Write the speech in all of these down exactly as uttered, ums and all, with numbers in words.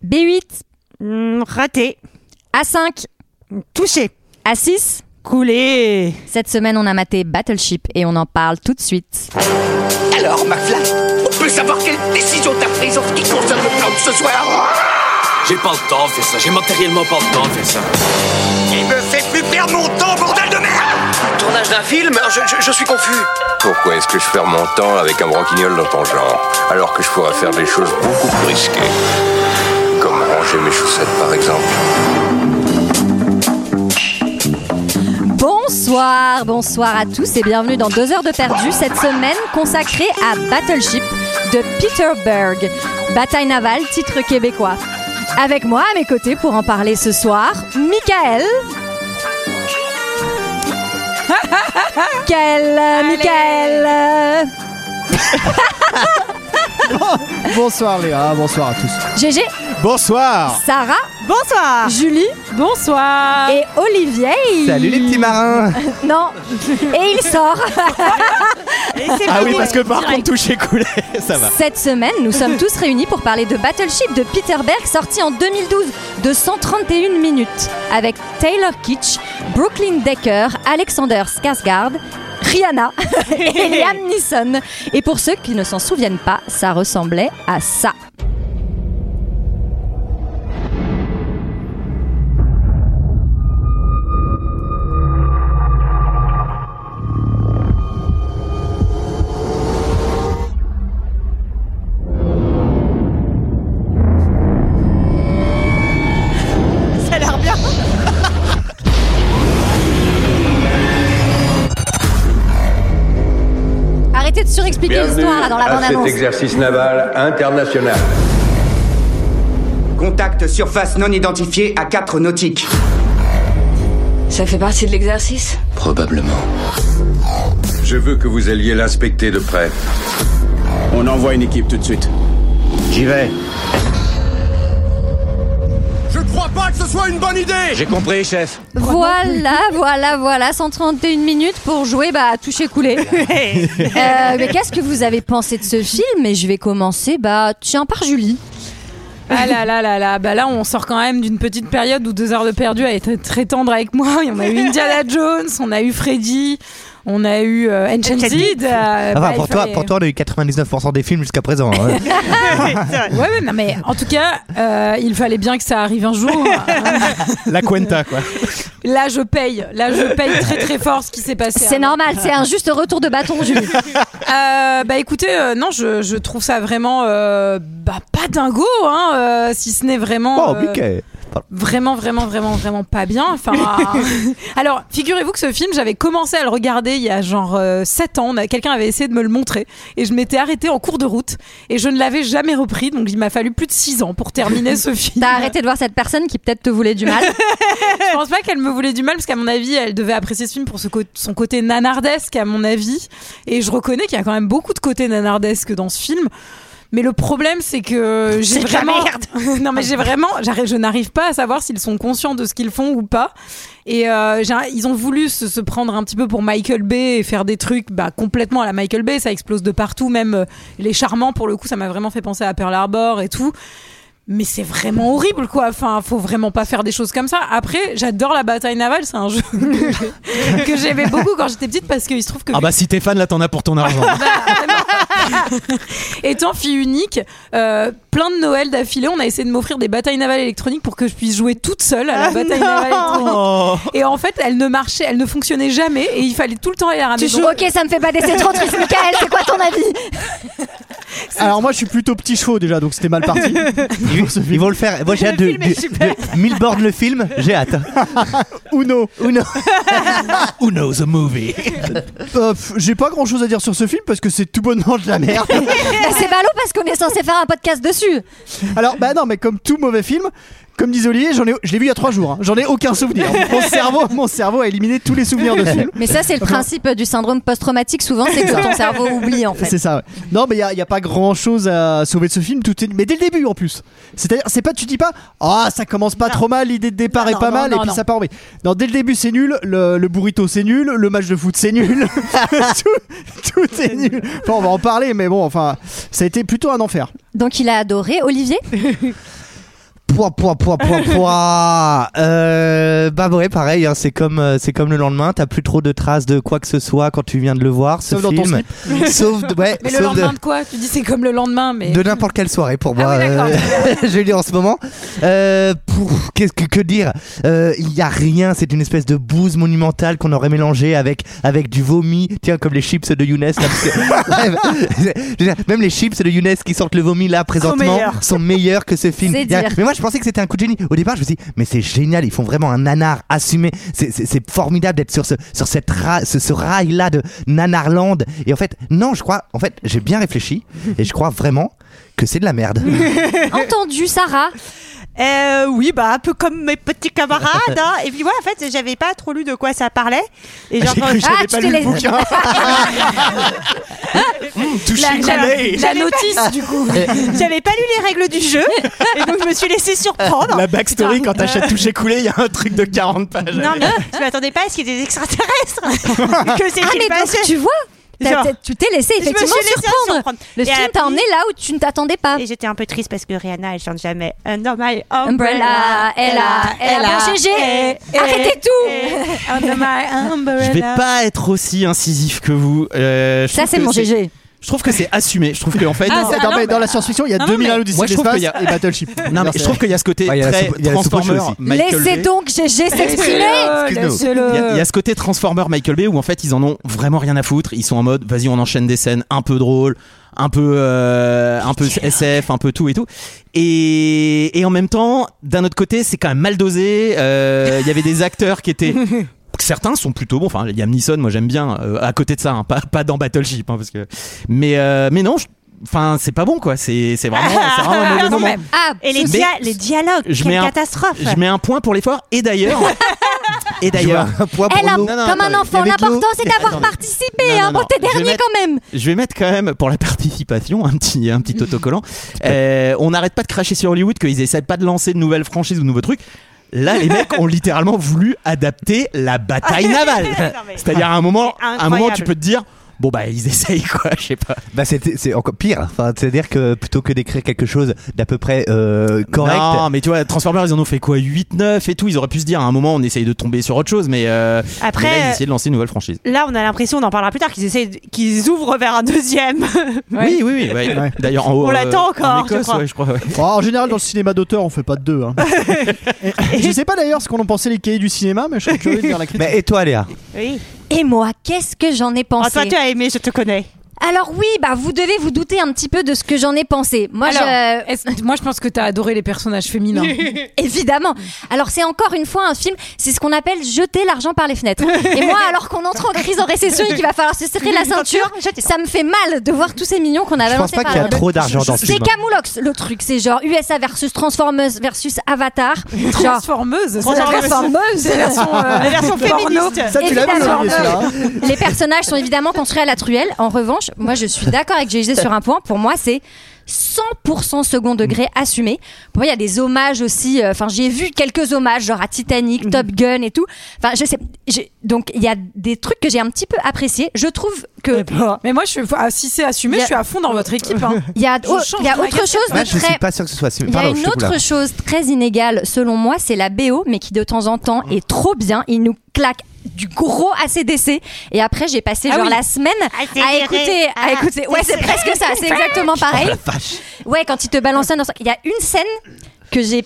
B huit. Mmh, raté. A cinq. Touché. A six. Coulé. Cette semaine, on a maté Battleship et on en parle tout de suite. Alors, McFly, on peut savoir quelle décision t'as prise en ce qui concerne le plan de ce soir? J'ai pas le temps de faire ça, j'ai matériellement pas le temps de faire ça. Il me fait plus perdre mon temps, bordel de merde! Tournage d'un film? je, je, je suis confus. Pourquoi est-ce que je perds mon temps avec un branquignol dans ton genre, alors que je pourrais faire des choses beaucoup plus risquées? Comme ranger mes chaussettes, par exemple. Bonsoir, bonsoir à tous et bienvenue dans deux heures de perdu, cette semaine consacrée à Battleship de Peter Berg. Bataille navale, titre québécois. Avec moi, à mes côtés, pour en parler ce soir, Michael. Michael, Michael. Bonsoir Léa, bonsoir à tous. G G. Bonsoir. Sarah. Bonsoir. Julie. Bonsoir. Et Olivier. Salut les petits marins. Non. Et il sort. Et c'est Ah fini. oui, parce que par Direct. contre toucher coulé, ça va. Cette semaine, nous sommes tous réunis pour parler de Battleship de Peter Berg, sorti en deux mille douze, de cent trente et une minutes, avec Taylor Kitsch, Brooklyn Decker, Alexander Skarsgård, Rihanna et Liam Neeson. Et pour ceux qui ne s'en souviennent pas, ça ressemblait à ça. Ça a l'air bien. Arrêtez de surexpliquer Bienvenue l'histoire là dans la à cet bande-annonce. exercice naval international. Contact surface non identifiée à quatre nautiques. Ça fait partie de l'exercice? Probablement. Je veux que vous alliez l'inspecter de près. On envoie une équipe tout de suite. J'y vais. Je crois pas que ce soit une bonne idée. J'ai compris, chef. Voilà, voilà, voilà, cent trente et une minutes pour jouer bah, à toucher coulé. Euh, mais qu'est-ce que vous avez pensé de ce film? Et je vais commencer, bah, tiens, par Julie. Ah là là là là, bah là on sort quand même d'une petite période où deux heures de perdu a été très tendre avec moi. On a eu Indiana Jones, on a eu Freddy, on a eu euh, Enchanted. Euh, Enfin, bah, pour, il toi, fallait- pour toi, on a eu quatre-vingt-dix-neuf pour cent des films jusqu'à présent. hein. Ouais, ouais, non, mais en tout cas, euh, il fallait bien que ça arrive un jour. La Cuenta, quoi. Là, je paye. Là, je paye très très fort ce qui s'est passé. C'est avant. normal, c'est un juste retour de bâton, Julie. Euh, bah écoutez, euh, non, je, je trouve ça vraiment euh, bah pas dingo, hein, euh, si ce n'est vraiment. Oh, euh, Mickey. Vraiment, vraiment, vraiment, vraiment pas bien. Enfin, alors, figurez-vous que ce film, j'avais commencé à le regarder il y a genre euh, sept ans. On a- Quelqu'un avait essayé de me le montrer et je m'étais arrêtée en cours de route et je ne l'avais jamais repris. Donc, il m'a fallu plus de six ans pour terminer ce film. T'as arrêté de voir cette personne qui peut-être te voulait du mal. Je pense pas qu'elle me voulait du mal parce qu'à mon avis, elle devait apprécier ce film pour ce co- son côté nanardesque, à mon avis. Et je reconnais qu'il y a quand même beaucoup de côté nanardesque dans ce film. Mais le problème, c'est que j'ai C'est de la vraiment, merde. non mais j'ai vraiment, j'arrive, je n'arrive pas à savoir s'ils sont conscients de ce qu'ils font ou pas. Et euh, j'ai, ils ont voulu se, se prendre un petit peu pour Michael Bay et faire des trucs bah, complètement à la Michael Bay. Ça explose de partout, même euh, les Charmants pour le coup, ça m'a vraiment fait penser à Pearl Harbor et tout. Mais c'est vraiment horrible, quoi. Enfin, faut vraiment pas faire des choses comme ça. Après, j'adore la bataille navale. C'est un jeu que, j'ai- que j'aimais beaucoup quand j'étais petite parce qu'il se trouve que Ah bah si t'es fan, là t'en as pour ton argent. étant fille unique, euh, plein de Noël d'affilée, on a essayé de m'offrir des batailles navales électroniques pour que je puisse jouer toute seule à la Ah bataille non. navale électronique. Oh. Et en fait, elle ne marchait, elle ne fonctionnait jamais et il fallait tout le temps aller à la Tu maison. joues, ok, ça me fait pas c'est trop triste, Michael, c'est quoi ton avis? Alors moi je suis plutôt petit chevaux déjà, donc c'était mal parti. Ils, ils vont le faire. Moi j'ai hâte de, film est de, super. de Milborn le film, j'ai hâte. Uno. Uno. Uno the movie. Euh, pff, j'ai pas grand chose à dire sur ce film parce que c'est tout bonnement de la merde. Bah, c'est ballot parce qu'on est censé faire un podcast dessus. Alors bah non, mais comme tout mauvais film, comme disait Olivier, j'en ai, je l'ai vu il y a trois jours, hein. J'en ai aucun souvenir. Mon cerveau, mon cerveau a éliminé tous les souvenirs de ce film. Mais ça, c'est le principe du syndrome post-traumatique. Souvent, c'est que ton cerveau oublie en fait. C'est ça, ouais. Non, mais il n'y a, a pas grand chose à sauver de ce film, tout est... mais dès le début en plus. C'est-à-dire, c'est pas, tu dis pas, ah, ça commence pas Non. trop mal, l'idée de départ Non, est non, pas non, mal, non, et puis non. ça part en vrille. Non, dès le début, c'est nul, le, le burrito, c'est nul, le match de foot, c'est nul. tout, tout est nul. Enfin, on va en parler, mais bon, enfin, ça a été plutôt un enfer. Donc, il a adoré. Olivier? Pouah, pouah, pouah, pouah, pouah. Euh, bah ouais, pareil, hein, c'est comme, euh, c'est comme le lendemain. T'as plus trop de traces de quoi que ce soit quand tu viens de le voir, ce Sauf film. dans ton slip. Sauf de, ouais, Mais le sauf lendemain de, de quoi? Tu dis c'est comme le lendemain, mais. de n'importe quelle soirée pour moi. Ah oui, d'accord. euh, je lis en ce moment. Euh, pouf, qu'est-ce que, que dire? Euh, Il y a rien. C'est une espèce de bouse monumentale qu'on aurait mélangé avec avec du vomi. Tiens, comme les chips de Younes. Là, parce que, bref, je veux dire, même les chips de Younes qui sortent le vomi là présentement meilleurs. sont meilleurs que ce film. C'est Il y a- dire. mais moi, je pensais que c'était un coup de génie. Au départ, je me suis dit, mais c'est génial. Ils font vraiment un nanar assumé. C'est, c'est, c'est formidable d'être sur ce sur cette ra- ce, ce rail là de Nanarland. Et en fait, non, je crois. En fait, j'ai bien réfléchi et je crois vraiment que c'est de la merde. Entendu, Sarah. Euh, oui, bah un peu comme mes petits camarades. Hein. Et puis ouais, en fait, j'avais pas trop lu de quoi ça parlait. Et genre, J'ai cru que j'avais Ah, pas tu lu te le l'es- bouquin. La, la- la notice, du coup. j'avais pas lu les règles du jeu. Et donc je me suis laissée surprendre. La backstory, quand t'achètes Touché Coulé, il y a un truc de quarante pages. Non, mais je m'attendais pas à ce qu'il y ait des extraterrestres. que c'est Ah, mais donc, tu vois, t'as- Genre, t'as- tu t'es laissé je me effectivement suis laissée surprendre. surprendre. Le Et film après- t'a emmené là où tu ne t'attendais pas. Et j'étais un peu triste parce que Rihanna, elle chante jamais Under My Umbrella, Umbrella. elle a, elle a, bon, G G, et- arrêtez tout. et- Under My Umbrella. Je vais pas être aussi incisif que vous. Euh, je Ça, trouve c'est que mon G G. Je trouve que c'est assumé. Je trouve qu'en fait. Ah, non, c'est- ah, non, non, mais mais- dans la science-fiction, il y a Non, non, deux mille mais- ans d'Odyssée moi, de je trouve l'espace qu'il y a- et Battleship. non, mais je trouve qu'il y a ce côté Ouais, il y a la très soupe- il y a la soupe aux Transformer choux aussi. Michael Laissez Bay. donc G G s'exprimer. Excuse-nous. Il y, a, il y a ce côté Transformer Michael Bay où en fait ils en ont vraiment rien à foutre. Ils sont en mode vas-y on enchaîne des scènes un peu drôles, un peu euh, un peu S F, un peu tout et tout. Et, et en même temps, d'un autre côté, c'est quand même mal dosé. Euh, Il y avait des acteurs qui étaient certains sont plutôt bons. Enfin, Liam Neeson, moi j'aime bien. Euh, à côté de ça, hein, pas pas dans Battleship, hein, parce que. Mais euh, mais non. Je... Enfin, c'est pas bon quoi. C'est c'est vraiment, c'est vraiment un mauvais moment. Ah, Et les, ce- dia- les dialogues, Je quelle mets un- catastrophe. Je mets un point pour l'effort. Et d'ailleurs. Et d'ailleurs. Un point pour Elle a, nous. Non, non, comme un attends, enfant, avec l'important l'eau. c'est d'avoir Attends, mais- participé, Non, hein, non, bon, non. t'es Je vais dernier mettre- quand même. Je vais mettre quand même pour la participation un petit, un petit autocollant. Euh, on n'arrête pas de cracher sur Hollywood qu'ils essaient pas de lancer de nouvelles franchises ou de nouveaux trucs. Là, les mecs ont littéralement voulu adapter la bataille navale. Non, mais- C'est-à-dire à un moment, C'est à un moment, incroyable. tu peux te dire. Bon bah ils essayent quoi, je sais pas. Bah c'est, c'est encore pire. Enfin, c'est-à-dire que plutôt que d'écrire quelque chose d'à peu près euh, correct. Non mais tu vois, Transformers ils en ont fait quoi, huit neuf et tout. Ils auraient pu se dire à un moment on essaye de tomber sur autre chose, mais, euh, Après, mais là ils essayaient de lancer une nouvelle franchise. Là, on a l'impression, on en parlera plus tard, qu'ils essaient, de- qu'ils ouvrent vers un deuxième. Oui oui oui. ouais. Ouais. D'ailleurs en haut. On l'attend euh, en encore, je Écosse, crois. ouais, je crois. Ouais. Oh, en général, dans le cinéma d'auteur, on fait pas de deux. Hein. Et- et je sais pas d'ailleurs ce qu'on en pensait les cahiers du cinéma, mais je serais curieux de lire la critique. Mais et toi, Léa? Oui. Et moi, qu'est-ce que j'en ai Oh, pensé? toi, tu as aimé, je te connais. Alors oui, bah vous devez vous douter un petit peu de ce que j'en ai pensé. Moi, Alors, je... est-ce- moi, je pense que t'as adoré les personnages féminins. Évidemment. Alors c'est encore une fois un film, c'est ce qu'on appelle jeter l'argent par les fenêtres. Et moi, alors qu'on entre en crise en récession et qu'il va falloir se serrer la ceinture, ça me fait mal de voir tous ces millions qu'on a Je pense balancés pas par qu'il y a la- trop d'argent dans ce C'est film. Camoulox le truc, c'est genre U S A versus Transformers versus Avatar. Genre Transformeuse, c'est la Transformeuse. version, c'est la version, euh, La version porno. féministe. Ça, tu l'as vu, évidemment. Olivier, celui-là, hein. Les personnages sont évidemment construits à la truelle. En revanche, moi je suis d'accord avec G G sur un point. Pour moi, c'est cent pour cent second degré assumé. Pour moi, il y a des hommages aussi. Enfin, j'ai vu quelques hommages, genre à Titanic, Top Gun et tout. Enfin, je sais. j'ai- Donc, il y a des trucs que j'ai un petit peu appréciés. Je trouve que Mais moi, je suis, ah, si c'est assumé, Y a- je suis à fond dans votre équipe. Hein. il y a, Je oh, change il y a de ma autre casquette. chose Moi, de je très. suis pas sûr que ce soit assumé. Il y a Pardon, je une te coupe là. autre chose très inégale, selon moi, c'est la B O, mais qui de temps en temps est trop bien. Il nous claque du gros A C D C. Et après, j'ai passé Ah genre oui. la semaine à Accéléré. écouter, à Ah, écouter. Ouais, c'est presque ça. C'est exactement pareil. Oh, la vache. Ouais, quand il te balance un. Il y a une scène que j'ai.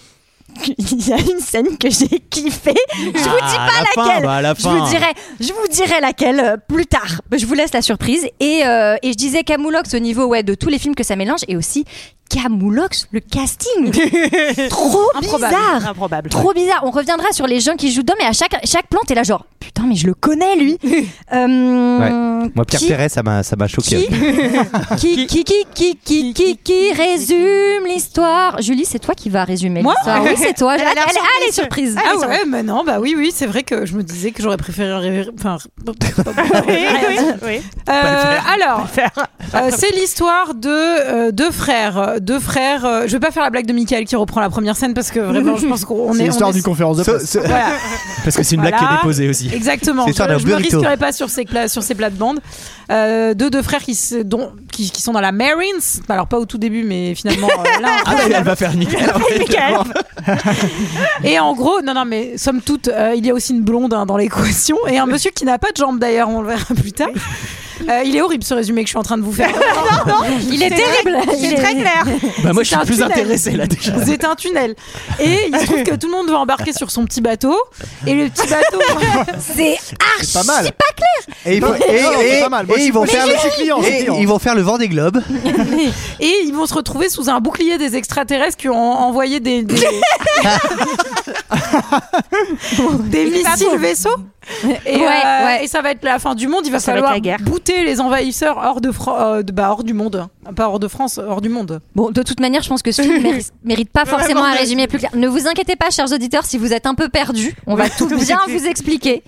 Il y a une scène que j'ai kiffé. Je vous dis Ah, à pas la fin, laquelle. bah, à la je fin. vous dirai, je vous dirai laquelle euh, plus tard. Je vous laisse la surprise. Et, euh, et je disais Camoulox au niveau ouais de tous les films que ça mélange et aussi Camoulox, le casting, trop Improbable. bizarre, Improbable. trop bizarre. On reviendra sur les gens qui jouent dedans, mais à chaque chaque plan t'es là genre putain mais je le connais lui. Euh, Moi, Pierre qui- Perret, ça m'a, ça m'a choqué. qui, qui, qui, qui, qui, qui, qui, qui résume l'histoire. Julie, c'est toi qui vas résumer Moi l'histoire. Oui, c'est toi. Elle a l'air Elle, elle est surprise. surprise. Ah ouais, mais non, bah oui, oui, c'est vrai que je me disais que j'aurais préféré rêver. Enfin, Oui, oui, oui. Euh, alors, euh, c'est l'histoire de euh, deux frères, deux frères. euh, je vais pas faire la blague de Michael qui reprend la première scène parce que vraiment, je pense qu'on C'est est. l'histoire on est- d'une conférence de Ce- presse. ce- Voilà. Parce que c'est une blague qui Voilà. est déposée aussi. Exactement. Exactement. C'est ça, je, d'un je me burrito. risquerai pas sur ces pla- sur ces plates-bandes. Euh, deux deux frères qui, se, dont, qui qui sont dans la Marines. Alors pas au tout début, mais finalement euh, là. Ah bah, elle va faire Michael. Et en gros, non non, mais somme toute, euh, il y a aussi une blonde hein, dans l'équation et un monsieur qui n'a pas de jambes d'ailleurs. On le verra plus tard. Euh, il est horrible ce résumé que je suis en train de vous faire. non, non, il est terrible. C'est très clair. Bah moi je C'est suis un plus tunnel. intéressé là déjà. C'est un tunnel. Et il se trouve que tout le monde va embarquer sur son petit bateau. Et le petit bateau, c'est archi C'est pas mal. pas clair. Et, il faut- Non, et- non, c'est et- pas mal. Moi, et je- ils vont moi, je faire suis le client, je suis et client. ils vont faire le Vendée Globe. Et ils vont se retrouver sous un bouclier des extraterrestres qui ont envoyé des des, des missiles vaisseaux. Et, Ouais, euh, ouais. et ça va être la fin du monde. Il va Ça va être falloir la guerre. bouter les envahisseurs hors de, Fran- euh, de- bah, hors du monde, pas hors de France, hors du monde. Bon, de toute manière, je pense que ce film mérite, mérite pas forcément un résumé plus clair. Ne vous inquiétez pas, chers auditeurs, si vous êtes un peu perdus, on va tout bien vous expliquer.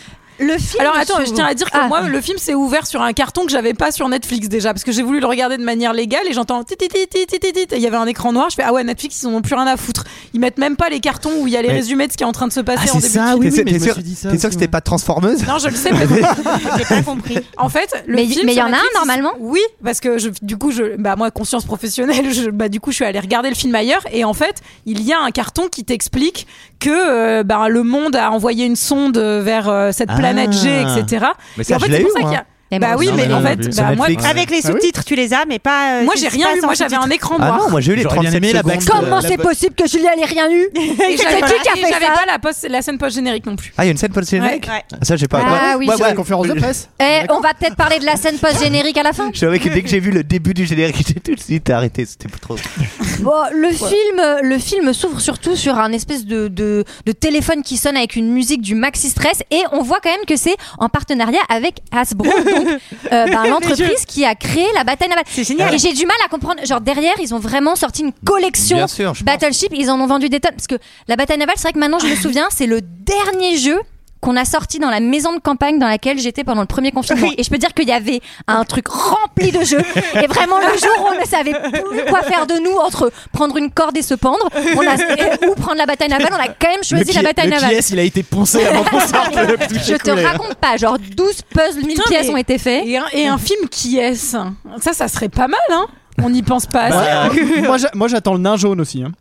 Le film. Alors attends, je s'ouvre- tiens à dire que Ah. moi, le film s'est ouvert sur un carton que j'avais pas sur Netflix déjà, parce que j'ai voulu le regarder de manière légale et j'entends tit tit tit tit tit tit. Et il y avait un écran noir. Je fais ah ouais, Netflix, ils en ont plus rien à foutre. Ils mettent même pas les cartons où il y a les Mais- résumés de ce qui est en train de se passer Ah, en c'est début. ça, de oui, film. oui, mais T'es je me sûr, suis dit ça t'es aussi, sûr que c'était ouais. pas Transformeuse? Non, je le sais. Mais J'ai pas compris. en fait, le Mais- film. mais il y sur en a un, Netflix, normalement Oui, parce que je, du coup, je, bah moi, conscience professionnelle, je, bah du coup, je suis allée regarder le film ailleurs et en fait, il y a un carton qui t'explique que euh, bah, le monde a envoyé une sonde vers euh, cette Ah. planète G, et cetera. Mais Et ça, en fait, je c'est l'ai pour eu, ça qu'il y moi. a. Et Bah moi oui, aussi. mais Non, en mais fait, non, mais bah, sur moi, Netflix. Avec les Ah oui sous-titres, tu les as, mais pas. euh, moi c'est- j'ai c'est rien pas eu. sans Moi j'avais sous-titres. un écran Ah noir. non, moi j'ai eu les J'aurais bien trente-sept aimé la secondes. backstory. Comment La c'est bo- possible que Julien n'ait rien eu Et C'est j'avais qui qui a et fait j'avais ça pas la, post- la scène post-générique non plus. Ah, il y a une scène post-générique. Ouais. Ouais. Ah, ça, j'ai pas. Ah ouais, oui, ouais, sur ouais. La conférence de presse. Eh, on va peut-être parler de la scène post-générique à la fin. Je savais que dès que j'ai vu le début du générique, j'ai tout de suite arrêté. C'était pas trop. Bon, le film, le film s'ouvre surtout sur un espèce de, de, de téléphone qui sonne avec une musique du Maxi Stress et on voit quand même que c'est en partenariat avec Hasbro, donc euh, ben, l'entreprise qui a créé la bataille navale. C'est génial. Et j'ai du mal à comprendre. Genre derrière, ils ont vraiment sorti une collection Bien sûr, je pense. Battleship. Ils en ont vendu des tonnes parce que la bataille navale, c'est vrai que maintenant je me souviens, c'est le dernier jeu qu'on a sorti dans la maison de campagne dans laquelle j'étais pendant le premier confinement. Oui. Et je peux dire qu'il y avait un truc rempli de jeux. Et vraiment, le jour où on ne savait plus quoi faire de nous entre prendre une corde et se pendre, on a, ou prendre la bataille navale, on a quand même choisi le la qui- bataille le navale. qui est, il a été poncé avant qu'on sorte le truc Je te écoulé. raconte pas, genre douze puzzles, mille Putain, pièces mais- ont été faits. Et un, et un film qui est-ce Ça, ça serait pas mal, hein. On n'y pense pas assez. Bah, moi, j'a- moi, j'attends le nain jaune aussi. hein.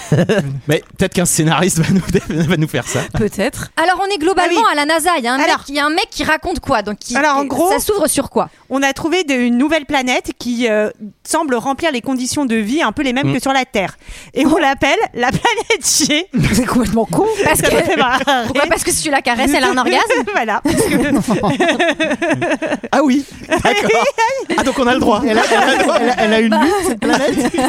Mais peut-être qu'un scénariste va nous, va nous faire ça. Peut-être. Alors on est globalement Ah oui. à la NASA. Il y a un mec, Alors- il y a un mec qui raconte quoi. Donc qui- Alors, en gros- ça s'ouvre sur quoi? On a trouvé de- une nouvelle planète qui euh, semble remplir les conditions de vie un peu les mêmes Mm. que sur la Terre. Et on l'appelle la planète G. C'est complètement con. Parce Ça que, me fait marrer. pourquoi Parce que si tu la caresses, elle a un orgasme. Voilà. Parce que- Ah oui, d'accord. Ah donc on a le droit. Elle a, elle a- elle a- elle a une lutte, cette planète.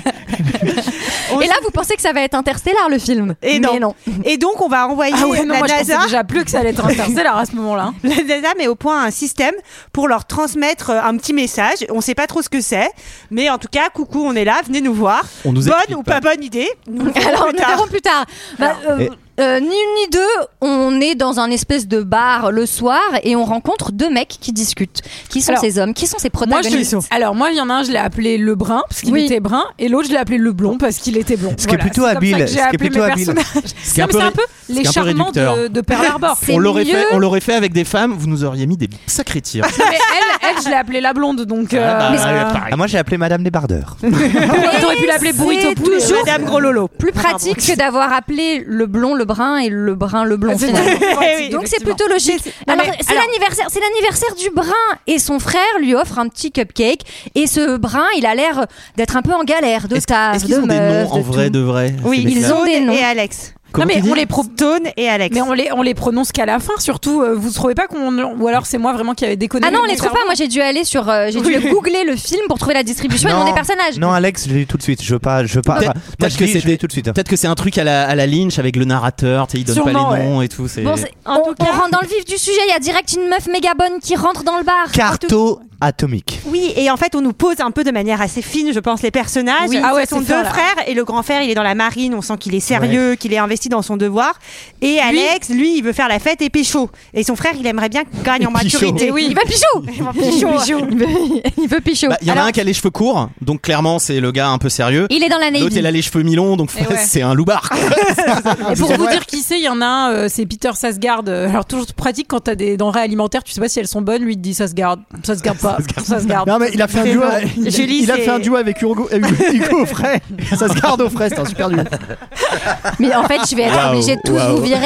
Et là, vous pensez que ça va être Interstellar le film? Et Mais non. Et donc, on va envoyer Ah ouais, non, la moi je NASA. pensais déjà plus que ça allait être Interstellar à ce moment-là. La NASA met au point un système pour leur transmettre euh, un petit message. On sait pas trop ce que c'est, mais en tout cas, coucou, on est là, venez nous voir. On nous bonne explique ou pas. pas bonne idée. Nous le verrons Alors, plus nous tard. verrons plus tard. Bah, euh, Et- euh, ni une ni deux, on est dans un espèce de bar le soir et on rencontre deux mecs qui discutent. Qui sont Alors, ces hommes? Qui sont ces Moi, je protagonistes? Alors moi, il y en a un, je l'ai appelé le brun parce qu'il Oui. était brun, et l'autre, je l'ai appelé le blond parce qu'il était blond. Ce qui est Voilà, plutôt c'est comme habile, ça que ce j'ai qui est appelé plutôt mes habile. personnages. Ce qui est un Non, mais peu c'est un ré- peu ce qui les est un peu charmants réducteur. de, de Pearl Harbor. C'est On l'aurait mieux. fait, on l'aurait fait avec des femmes, vous nous auriez mis des sacrés tirs. Mais elle, elle, je l'ai appelée la blonde, donc. Ah, bah, euh, ouais, euh, pareil. Ah, moi j'ai appelé Madame Débardeur. T'aurais pu l'appeler Burrito c'est Poulet. toujours Madame Gros Lolo. Plus pratique que d'avoir appelé le blond le brun et le brun le blond. C'est finalement. pratique, Donc c'est effectivement. plutôt logique. Non, Alors mais- c'est alors- l'anniversaire, c'est l'anniversaire du brun et son frère lui offre un petit cupcake et ce brun il a l'air d'être un peu en galère de Est-ce taf, est-ce qu'ils de ont des meuf, noms en de vrai tout. de vrai Oui, ces ils mecs-là ont des noms. Et Alex. Comment non mais tu dis on les pro- Stone et Alex. mais on les on les prononce qu'à la fin surtout. euh, vous trouvez pas qu'on ou alors c'est moi vraiment qui avait déconné. Ah non, on avec les mon trouve pas. cerveau. Moi j'ai dû aller sur, euh, j'ai dû googler le film pour trouver la distribution et le nom des personnages. non, Alex, je l'ai eu tout de suite. Je veux pas. Je veux pas. Peut-être enfin, moi, peut-être je que l'ai- je l'ai c'était eu tout de suite. hein. Peut-être que c'est un truc à la, à la Lynch avec le narrateur, tu sais, il donne Sûrement, pas les noms et tout. C'est Bon, c'est- on, on rentre dans le vif du sujet. Il y a direct une meuf méga bonne qui rentre dans le bar. Carto atomique. Oui, et en fait, on nous pose un peu de manière assez fine, je pense, les personnages. Oui. Ce Ah ouais, sont c'est deux fort, là. frères, et le grand frère, il est dans la marine, on sent qu'il est sérieux, ouais. qu'il est investi dans son devoir. Et Alex, lui, il veut faire la fête et pécho. Et son frère, il aimerait bien qu'il gagne en maturité. Et oui, il veut pichou. Il veut pichou. Il veut, il veut pichou. Bah, il y en a un qui a les cheveux courts, donc clairement c'est le gars un peu sérieux. Il est dans la Navy. L'autre il a les cheveux mi-longs, donc Et ouais. c'est un loupard. Et pour vous dire qui c'est, il y en a un, euh, c'est Peter Sarsgaard. Euh, Alors toujours pratique quand t'as des denrées alimentaires, tu sais pas si elles sont bonnes. Lui il te dit ça se garde, ça se garde pas, ça se garde. Non mais il a fait un duo. Il, Julie, il a c'est- fait un duo avec Hugo, Hugo, Hugo au frais. Ça se garde au frais, c'est un super duo. Mais en fait, je vais être Waouh, obligée de tous waouh. vous virer.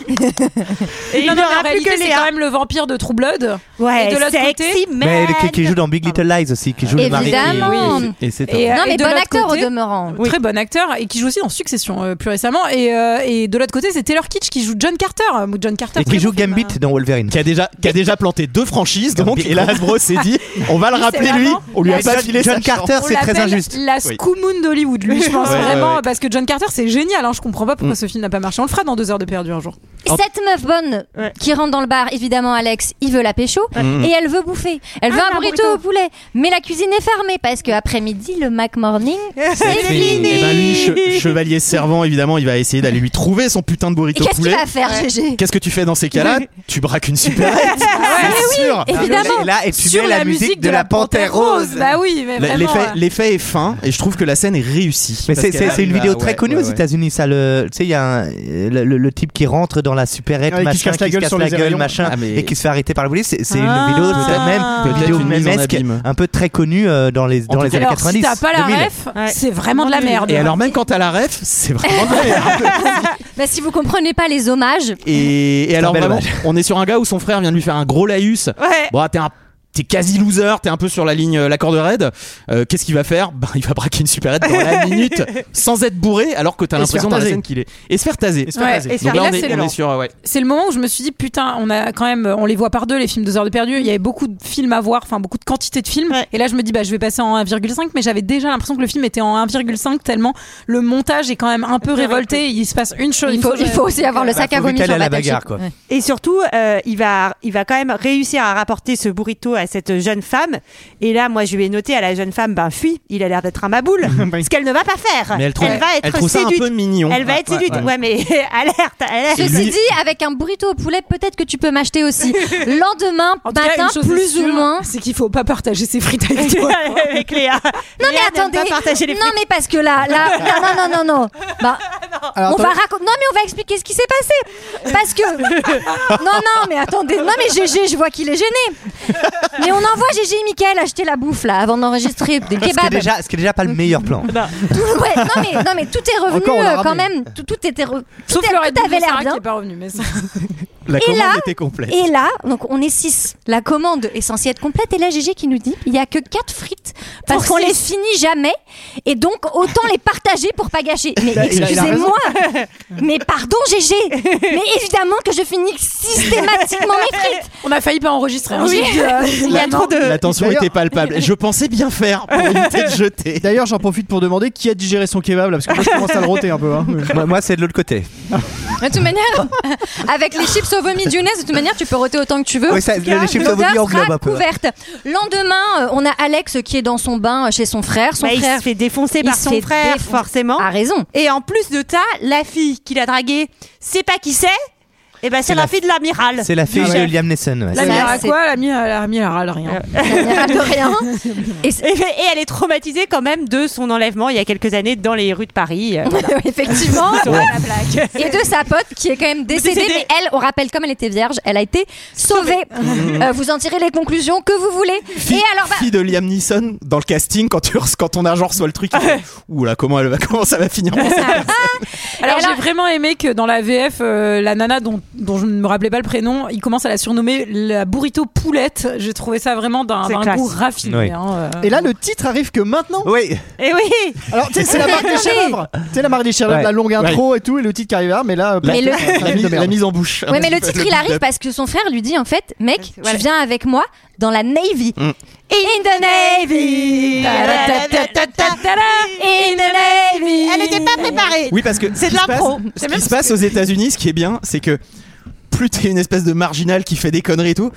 Et il non, ne non, aura en plus réalité que c'est Léa. quand même le vampire de True Blood. Ouais, Et de l'autre sexy côté- man. Mais qui, qui joue dans Big Little Lies aussi, qui joue le mari. Évidemment. Oui. Et c'est Et, euh, Non, et mais de bon l'autre acteur côté- au demeurant. Oui. Très bon acteur et qui joue aussi dans Succession euh, plus récemment. Et, euh, et de l'autre côté, c'est Taylor Kitsch qui joue John Carter. Euh, John Carter Et très qui joue bon film, Gambit euh. dans Wolverine. Qui a déjà qui a déjà planté deux franchises, donc Gambit. et là Hasbro s'est dit on va le Oui, rappeler c'est lui. vraiment- On lui a Ouais, pas John- filé John sa Carter, chance. On c'est très l'appelle injuste. La Oui. Scoomoon d'Hollywood, lui, je pense Ouais, vraiment, ouais, ouais. parce que John Carter, c'est génial. Hein, je comprends pas pourquoi ce film n'a pas marché. On le fera dans deux heures de perdu un jour. Cette meuf bonne Ouais. qui rentre dans le bar, évidemment, Alex, il veut la pécho Mm. et elle veut bouffer. Elle veut Ah, un un burrito burrito. au poulet. Mais la cuisine est fermée parce qu'après-midi, le Mac Morning, c'est fini. Et ben lui, che- chevalier servant, évidemment, il va essayer d'aller lui trouver son putain de Et burrito qu'est-ce qu'il poulet. va faire, Gégé Qu'est-ce que tu fais dans ces cas-là? Tu braques une supérette. C'est sûr. Évidemment. Et là, et tu Sur mets la, musique de la Panthère Rose. Bah oui, mais La- vraiment. L'effet, euh, l'effet est fin et je trouve que la scène est réussie. Mais Parce c'est, qu'elle c'est, c'est une arrive vidéo à- très ouais, connue ouais, aux ouais. États-Unis. Ça, le, tu sais, il y a un, le, le- le type qui rentre dans la supérette, Ouais, qui se machin, casse la gueule sur les gueule, rayons. machin, Ah, mais- et qui se fait arrêter par la police. C'est, c'est Ah. une vidéo, c'est même une Peut-être vidéo une mise en mémesque, abîme. un peu très connue euh, dans les, dans En les tout cas, années Alors, quatre-vingt-dix. si t'as pas la deux mille. ref, Ouais. c'est vraiment de la merde. Et alors même quand t'as la ref, c'est vraiment de la merde. Bah, si vous comprenez pas les hommages, Et, et alors un bel vraiment, hommage. on est sur un gars où son frère vient de lui faire un gros laïus. Ouais. Bon, t'es un T'es quasi loser, t'es un peu sur la ligne, euh, la corde raide. Euh, qu'est-ce qu'il va faire? Ben, il va braquer une supérette dans la minute sans être bourré, alors que t'as Et se l'impression faire dans la taser. scène qu'il est. Et se faire taser. Et se faire Ouais, taser. et se Donc faire- là, Et là, on est, c'est on le- est sur. Ouais. C'est le moment où je me suis dit putain, on a quand même, on les voit par deux les films deux heures de perdu. Il y avait beaucoup de films à voir, enfin beaucoup de quantité de films. Ouais. Et là, je me dis bah je vais passer en un virgule cinq, mais j'avais déjà l'impression que le film était en un virgule cinq tellement le montage est quand même un peu révolté. Il se passe une chose. il faut, une chose- il faut aussi avoir le sac Bah, à faut vomi vite sur aller à la Battleship. bagarre, quoi. Ouais. Et surtout, euh, il va, il va quand même réussir à rapporter ce burrito à cette jeune femme. Et là, moi, je lui ai noté à la jeune femme, ben fuis, il a l'air d'être un maboule. Ce qu'elle ne va pas faire. Mais elle trouve, va être elle trouve ça un séduite. peu mignon. Elle va être séduite. Ouais, mais alerte, alerte. Ceci lui- dit, avec un burrito au poulet, peut-être que tu peux m'acheter aussi. Lendemain, En tout cas, matin, une chose est plus ou sûre, moins. c'est qu'il faut pas partager ses frites avec toi. Avec Léa. Non mais Léa n'aime attendez, pas partager les non frites. mais parce que là, là, non non non non non, bah, Alors, on va attends, raconter, non mais on va expliquer ce qui s'est passé, parce que, non non mais attendez, non mais Gégé, je vois qu'il est gêné, mais on envoie Gégé et Mickaël acheter la bouffe là avant d'enregistrer des Ce qui est kebabs. déjà, ce qui est déjà pas le meilleur plan. Tout, ouais, non mais non mais tout est revenu Encore, on l'a euh, quand ramené. même, tout, tout était, re- tout, Sauf est- le Red tout Bull avait de l'air Sarah bien. qui est pas revenu. Mais ça... La Et commande là- était complète. Et là, donc on est six. La commande est censée être complète. Et là, Gégé qui nous dit il y a que quatre frites parce Pour qu'on les six. finit jamais. Et donc autant les partager pour pas gâcher. Mais Il a- il a excusez-moi. Mais pardon, Gégé. Mais évidemment que je finis systématiquement mes frites. On a failli pas enregistrer. hein. Oui. J'ai dit, euh, Il y a trop de. La tension D'ailleurs- était palpable. Je pensais bien faire pour éviter de jeter. D'ailleurs, j'en profite pour demander qui a digéré son kebab là, parce que moi je commence à le roter un peu. Hein. moi, moi, c'est de l'autre côté. De toute manière, avec les chips au vomi de Younes, de toute manière, tu peux roter autant que tu veux. Oui, ça, En tout cas, les chips au vomi l'odeur englobent sera un peu. couverte. Lendemain, euh, on a Alex qui est dans son bain chez son frère. Son Bah, il frère se fait défoncer il par se son fait frère, défoncer. forcément. a raison. Et en plus de ça, la fille qu'il a draguée, c'est pas qui c'est. Et ben c'est la, la- fille de l'amiral. C'est la fille Du de chef. Liam Neeson. Ouais. La Ça, mire à c'est- quoi La mire, la mire, elle râle rien. De rien. Et c'est- Et, et elle est traumatisée quand même de son enlèvement il y a quelques années dans les rues de Paris. Euh, voilà. Effectivement. Sur la blague. Et de sa pote qui est quand même décédée, Décédée. mais elle, on rappelle, comme elle était vierge, elle a été sauvée. Euh, vous en tirez les conclusions que vous voulez. Fille, Et alors, bah, fille de Liam Neeson dans le casting quand tu quand ton agent reçoit le truc. il fait, Ouh là, comment elle va comment ça va finir pour cette personne Alors, Et alors- j'ai vraiment aimé que dans la V F, euh, la nana dont, dont je ne me rappelais pas le prénom, il commence à la surnommer la burrito poulette. J'ai trouvé ça vraiment d'un C'est d'un classe. goût raffiné. Oui. hein, euh. Et là, le titre arrive que maintenant. Oui. Et oui. Alors, tu sais, c'est la marque des chefs-d'œuvre. Tu sais, la marque des chefs-d'œuvre, Ouais. la longue intro et tout, et le titre qui arrive là, mais là, Mais le- ça la, arrive mise, de merde. la mise en bouche. ouais, mais le titre il arrive parce que son frère lui dit en fait, mec, Voilà. tu viens avec moi dans la Navy. Mm. In the Navy. Ta-ra-ta-ta-ta-ta-ta. In the Navy. Elle n'était pas préparée. Oui, parce que C'est ce de qui se l'impro. passe- Ce qui se passe aux États-Unis, ce qui est bien, c'est que plus t'es une espèce de marginal qui fait des conneries et tout,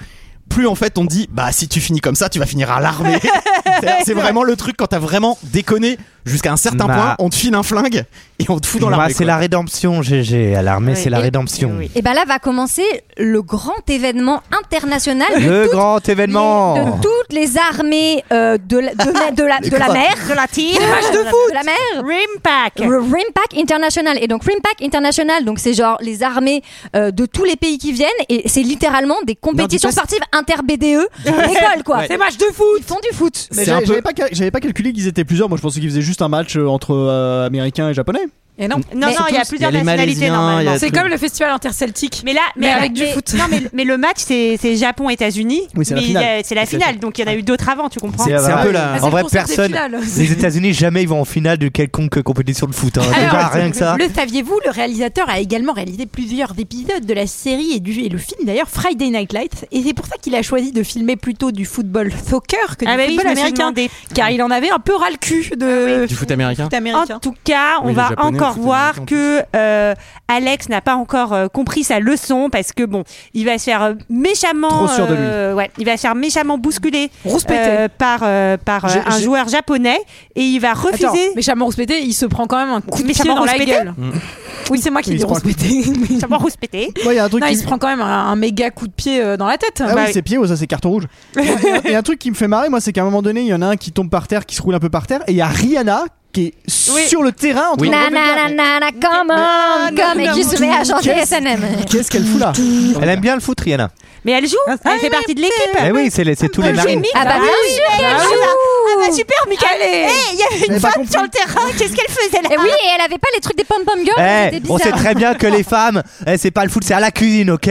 plus en fait on te dit bah si tu finis comme ça tu vas finir à l'armée. c'est, c'est vraiment le truc quand t'as vraiment déconné jusqu'à un certain bah. point, on te file un flingue et on te fout dans bah, l'armée. C'est quoi. la rédemption, G G. À l'armée, oui. c'est la et, rédemption. Et, et bah là va commencer le grand événement international. Le toutes grand événement les, de toutes les armées euh, de, la, de, de, de, la, de la mer, de la team, de match de foot, de la mer, Rimpack, Rimpack International. Et donc Rimpack International, donc c'est genre les armées euh, de tous les pays qui viennent et c'est littéralement des compétitions non, sportives inter-B D E d'école quoi. Ouais. C'est match de foot. Ils font du foot. Mais j'avais, peu... j'avais, pas, j'avais pas calculé qu'ils étaient plusieurs. Moi je pensais qu'ils faisaient juste un match entre euh, américains et japonais. Et non, non, non, il y a plusieurs nationalités normalement. C'est comme le festival interceltique, mais là, mais, mais avec mais, du foot. Non, mais, mais le match c'est, c'est Japon-États-Unis. Oui, c'est mais la finale. A, c'est la finale, donc il y en a eu d'autres avant, tu comprends. C'est, c'est un peu la. Ah, en vrai, personne. Les États-Unis jamais ils vont en finale de quelconque compétition de foot. Hein. Alors, déjà rien que ça. Le saviez-vous, le réalisateur a également réalisé plusieurs épisodes de la série et, du, et le film d'ailleurs Friday Night Lights, et c'est pour ça qu'il a choisi de filmer plutôt du football soccer que du ah bah football oui, américain, car il en avait un peu ras le cul de ah oui. du foot américain. foot américain. En tout cas, on oui, va encore voir que Euh, Alex n'a pas encore euh, compris sa leçon parce que bon, il va se faire euh, méchamment, trop sûr de lui. Euh, ouais, il va se faire méchamment bousculer euh, par euh, par j'ai, un j'ai... joueur japonais et il va refuser. Attends, méchamment rouspété, il se prend quand même un coup de pied dans la gueule. Mmh. Oui, c'est moi qui dis rouspété. Méchamment rouspété. Ouais, y a un truc non, qui... il se prend quand même un, un méga coup de pied euh, dans la tête. Ah bah, oui, c'est pied ou ça c'est carton rouge. Il y a un truc qui me fait marrer, moi, c'est qu'à un moment donné, il y en a un qui tombe par terre, qui se roule un peu par terre, et il y a Rihanna qui est oui. sur le terrain en train oui. de na, na, na, na, come on, come et qui se met à chanter S N M. Qu'est-ce qu'elle fout là? Elle aime bien le foot, Rihanna. Mais elle joue, ah, elle fait partie de l'équipe. Mais oui, c'est, les, c'est tous les marines. Ah bah bien sûr, elle joue. Ah bah super, Michael. Hey, il y avait une femme sur le terrain. Qu'est-ce qu'elle faisait là? Et oui, et elle avait pas les trucs des pom pom girls. Hey, on sait très bien que les femmes, eh, c'est pas le foot, c'est à la cuisine, ok?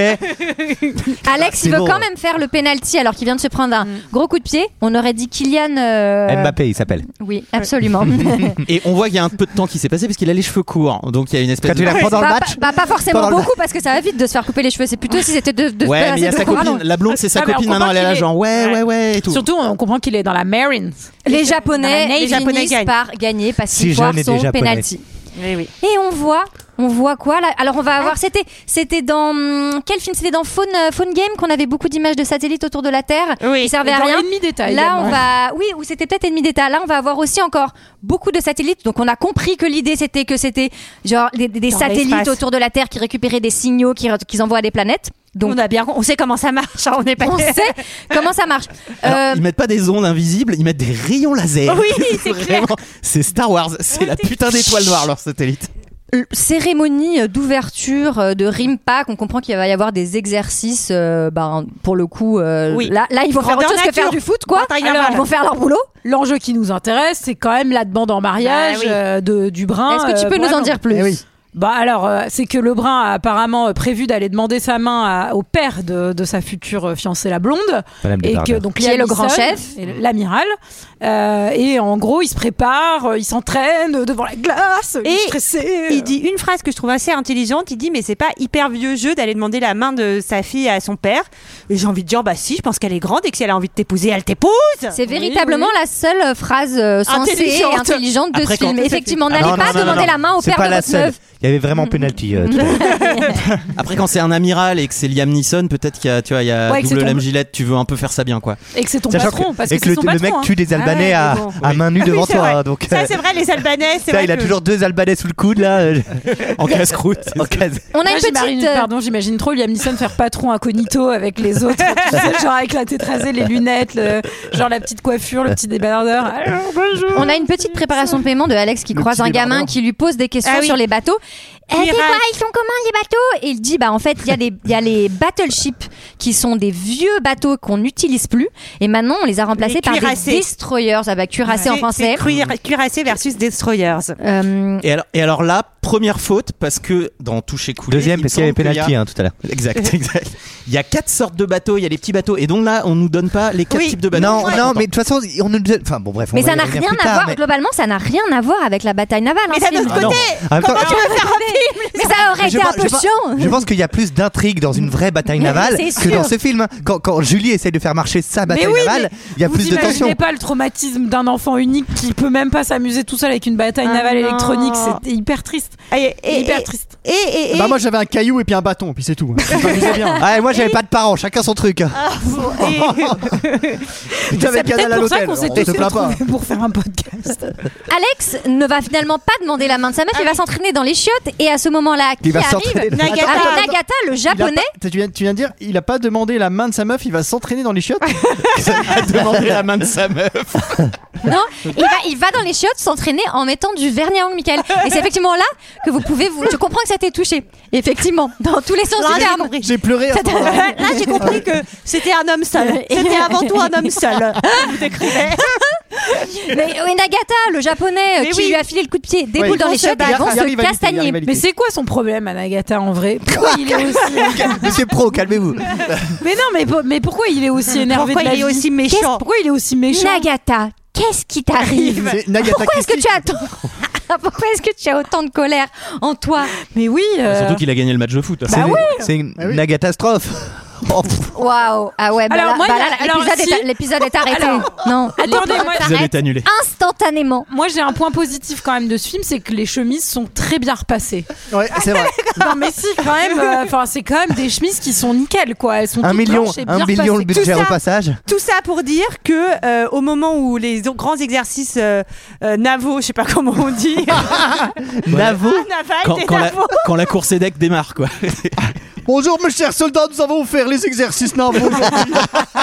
Alex, il veut quand même faire le penalty alors qu'il vient de se prendre un gros coup de pied. On aurait dit Kylian euh... Mbappé, il s'appelle. Oui, absolument. Et on voit qu'il y a un peu de temps qui s'est passé parce qu'il a les cheveux courts, donc il y a une espèce. Quand tu de. l'as pendant bah, le match. Bah pas forcément beaucoup parce que ça va vite de se faire couper les cheveux. C'est plutôt si c'était de. de ouais, mais il y a sa copine, la blonde, c'est sa ah, copine maintenant. Elle est là genre ouais, ouais, ouais. Et tout. Surtout, on comprend qu'il est dans la Marines. Les Japonais, les Japonais finissent par gagner parce qu'ils si foirent son penalty. Oui, oui. Et on voit, on voit quoi là? Alors on va avoir, c'était, c'était dans quel film? C'était dans Phone, Phone Game qu'on avait beaucoup d'images de satellites autour de la Terre oui. qui servaient à dans rien. Ennemi d'État. Là également. on va, oui, ou c'était peut-être Ennemi d'État. Là on va avoir aussi encore beaucoup de satellites. Donc on a compris que l'idée c'était que c'était genre des, des satellites l'espace. autour de la Terre qui récupéraient des signaux qui, qu'ils envoient à des planètes. Donc on a bien, on sait comment ça marche. Hein, on est pas. On sait comment ça marche. Alors, euh... Ils mettent pas des ondes invisibles, ils mettent des rayons laser. Oui, c'est vraiment. Clair. C'est Star Wars, c'est la putain d'étoile noire leur satellite. Cérémonie d'ouverture de Rimpack, on comprend qu'il va y avoir des exercices, euh, ben, pour le coup, euh, oui. là, là ils vont faire autre chose nature. que faire du foot, quoi. Alors, ils vont faire leur boulot. L'enjeu qui nous intéresse, c'est quand même la demande en mariage bah, oui. euh, de, du brun. Est-ce que tu peux euh, nous en dire plus? eh oui. Bah alors, euh, c'est que le brun a apparemment prévu d'aller demander sa main à, au père de, de sa future fiancée, la blonde, Madame et que donc qui est le grand chef, l'amiral. Euh, et en gros, il se prépare, il s'entraîne devant la glace, et il est stressé. Il dit une phrase que je trouve assez intelligente. Il dit mais c'est pas hyper vieux jeu d'aller demander la main de sa fille à son père. Et j'ai envie de dire bah si, je pense qu'elle est grande et que si elle a envie de t'épouser, elle t'épouse. C'est véritablement oui, oui. la seule phrase euh, sensée et intelligente de ce film. Effectivement, n'allez non, pas non, demander non, non. la main au c'est père pas de la votre seule. meuf. Il y avait vraiment penalty. Euh, Après, quand c'est un amiral et que c'est Liam Neeson, peut-être qu'il y a, tu vois, il y a ouais, double lame Gillette, tu veux un peu faire ça bien, quoi. Et que c'est ton Sachant patron, que, parce que, et que c'est le, son le patron, mec hein. tue des Albanais ah, à, bon. à main nue oui, devant c'est toi. vrai. Donc, ça, c'est vrai, les Albanais. C'est ça, vrai il a que... toujours deux Albanais sous le coude là, en casse-croûte. En casse. On a Moi, une j'imagine, petite. Pardon, j'imagine trop Liam Neeson faire patron incognito avec les autres, tu sais, genre avec la tête rasée, les lunettes, le, genre la petite coiffure, le petit débardeur. Alors, bonjour. On a une petite préparation de paiement de Alex qui le croise un gamin qui lui pose des questions ah, oui. sur les bateaux. Eh, c'est quoi, ils sont comment les bateaux? Et il dit bah en fait il y a les il y a les battleships qui sont des vieux bateaux qu'on n'utilise plus et maintenant on les a remplacés les par cuirassés. des destroyers avec cuirassés en français. Cuir, cuirassés versus destroyers. Euh... Et alors et alors là première faute parce que dans Toucher Coulé deuxième parce qu'il y avait penalty hein, tout à l'heure. Exact exact. Il y a quatre sortes de bateaux, il y a les petits bateaux et donc là on nous donne pas les quatre oui. types de bateaux. Non non mais de toute façon on nous enfin bon bref. On mais va ça n'a revenir rien plus à tard, voir mais... globalement ça n'a rien à voir avec la bataille navale. Mais hein, d'un autre film. côté, ah, comment temps, tu veux faire un film? Mais ça aurait aurait été je un pense- peu je pense- chiant. Je pense qu'il y a plus d'intrigue dans une vraie bataille Mais navale c'est que sûr. dans ce film. Quand, quand Julie essaye de faire marcher sa bataille Mais oui, navale, mais il y a vous plus de imaginez tension. pas le traumatisme d'un enfant unique qui peut même pas s'amuser tout seul avec une bataille Ah navale non. électronique. C'était hyper triste. Et, et- hyper et- triste. Et, et, et- Bah moi j'avais un caillou et puis un bâton, puis c'est tout. Je m'amusais bien. Ah, et moi j'avais pas de parents, chacun son truc. J'avais C'est Canal peut-être à pour ça l'hôtel. qu'on s'est On se tous plaint pas. retrouvés pour faire un podcast. Alex ne va finalement pas demander la main de sa meuf, il va s'entraîner dans les chiottes et à ce moment-là, qui Il va arrive s'entraîner dans- Nagata, Attends, attends, Nagata, le Il a japonais. pas- tu, viens, tu viens de dire, il a pas demandé la main de sa meuf, il va s'entraîner dans les chiottes. a demandé la main de sa meuf. Non, il va, il va dans les chiottes s'entraîner en mettant du vernis à ongles, Michael. Et c'est effectivement là que vous pouvez vous. Je comprends que ça t'ait touché. Effectivement, dans tous les sens Là, du j'ai terme. compris. J'ai pleuré. Ça t'a- Là, j'ai compris que c'était un homme seul. C'était avant tout un homme seul. Vous décrivez. Mais oui, Nagata, le japonais euh, Mais qui oui. lui a filé le coup de pied, déboule Ouais. dans les Ils vont chiottes se et ils vont battre. Il y a se rivalité, il y a castagner. rivalité. Mais c'est quoi son problème à Nagata en vrai? Pourquoi il est aussi. Monsieur Pro, calmez-vous. Mais non, mais, po- mais pourquoi il est aussi énervé Pourquoi de la il est vie aussi méchant Qu'est-ce- Pourquoi il est aussi méchant? Nagata, qu'est-ce qui t'arrive? C'est Nagata Pourquoi est-ce que Christie. tu as tant... Pourquoi est-ce que tu as autant de colère en toi? Mais oui. euh, Surtout qu'il a gagné le match de foot. Bah C'est oui. c'est une Ah oui. nagatastrophe. Oh, pff. Waouh. Ah ouais, bah Alors, là, moi, bah il y a- là, alors, l'épisode si- est, l'épisode est arrêté. Alors, non, attendez, l'épisode moi- L'épisode s'arrête est annulé. instantanément. Moi, j'ai un point positif quand même de ce film, c'est que les chemises sont très bien repassées. Ouais, c'est vrai. Non, mais si, quand même. euh, Enfin, c'est quand même des chemises qui sont nickel, quoi. Elles sont Un toutes million, blanches et bien un million le repassées. budget Tout au ça. passage. Tout ça pour dire que euh, au moment où les o- grands exercices euh, euh, navaux, je sais pas comment on dit, Navo. naval, Quand, des quand la, navaux. quand la course deck démarre, quoi. Bonjour mes chers soldats, nous allons faire les exercices navaux aujourd'hui.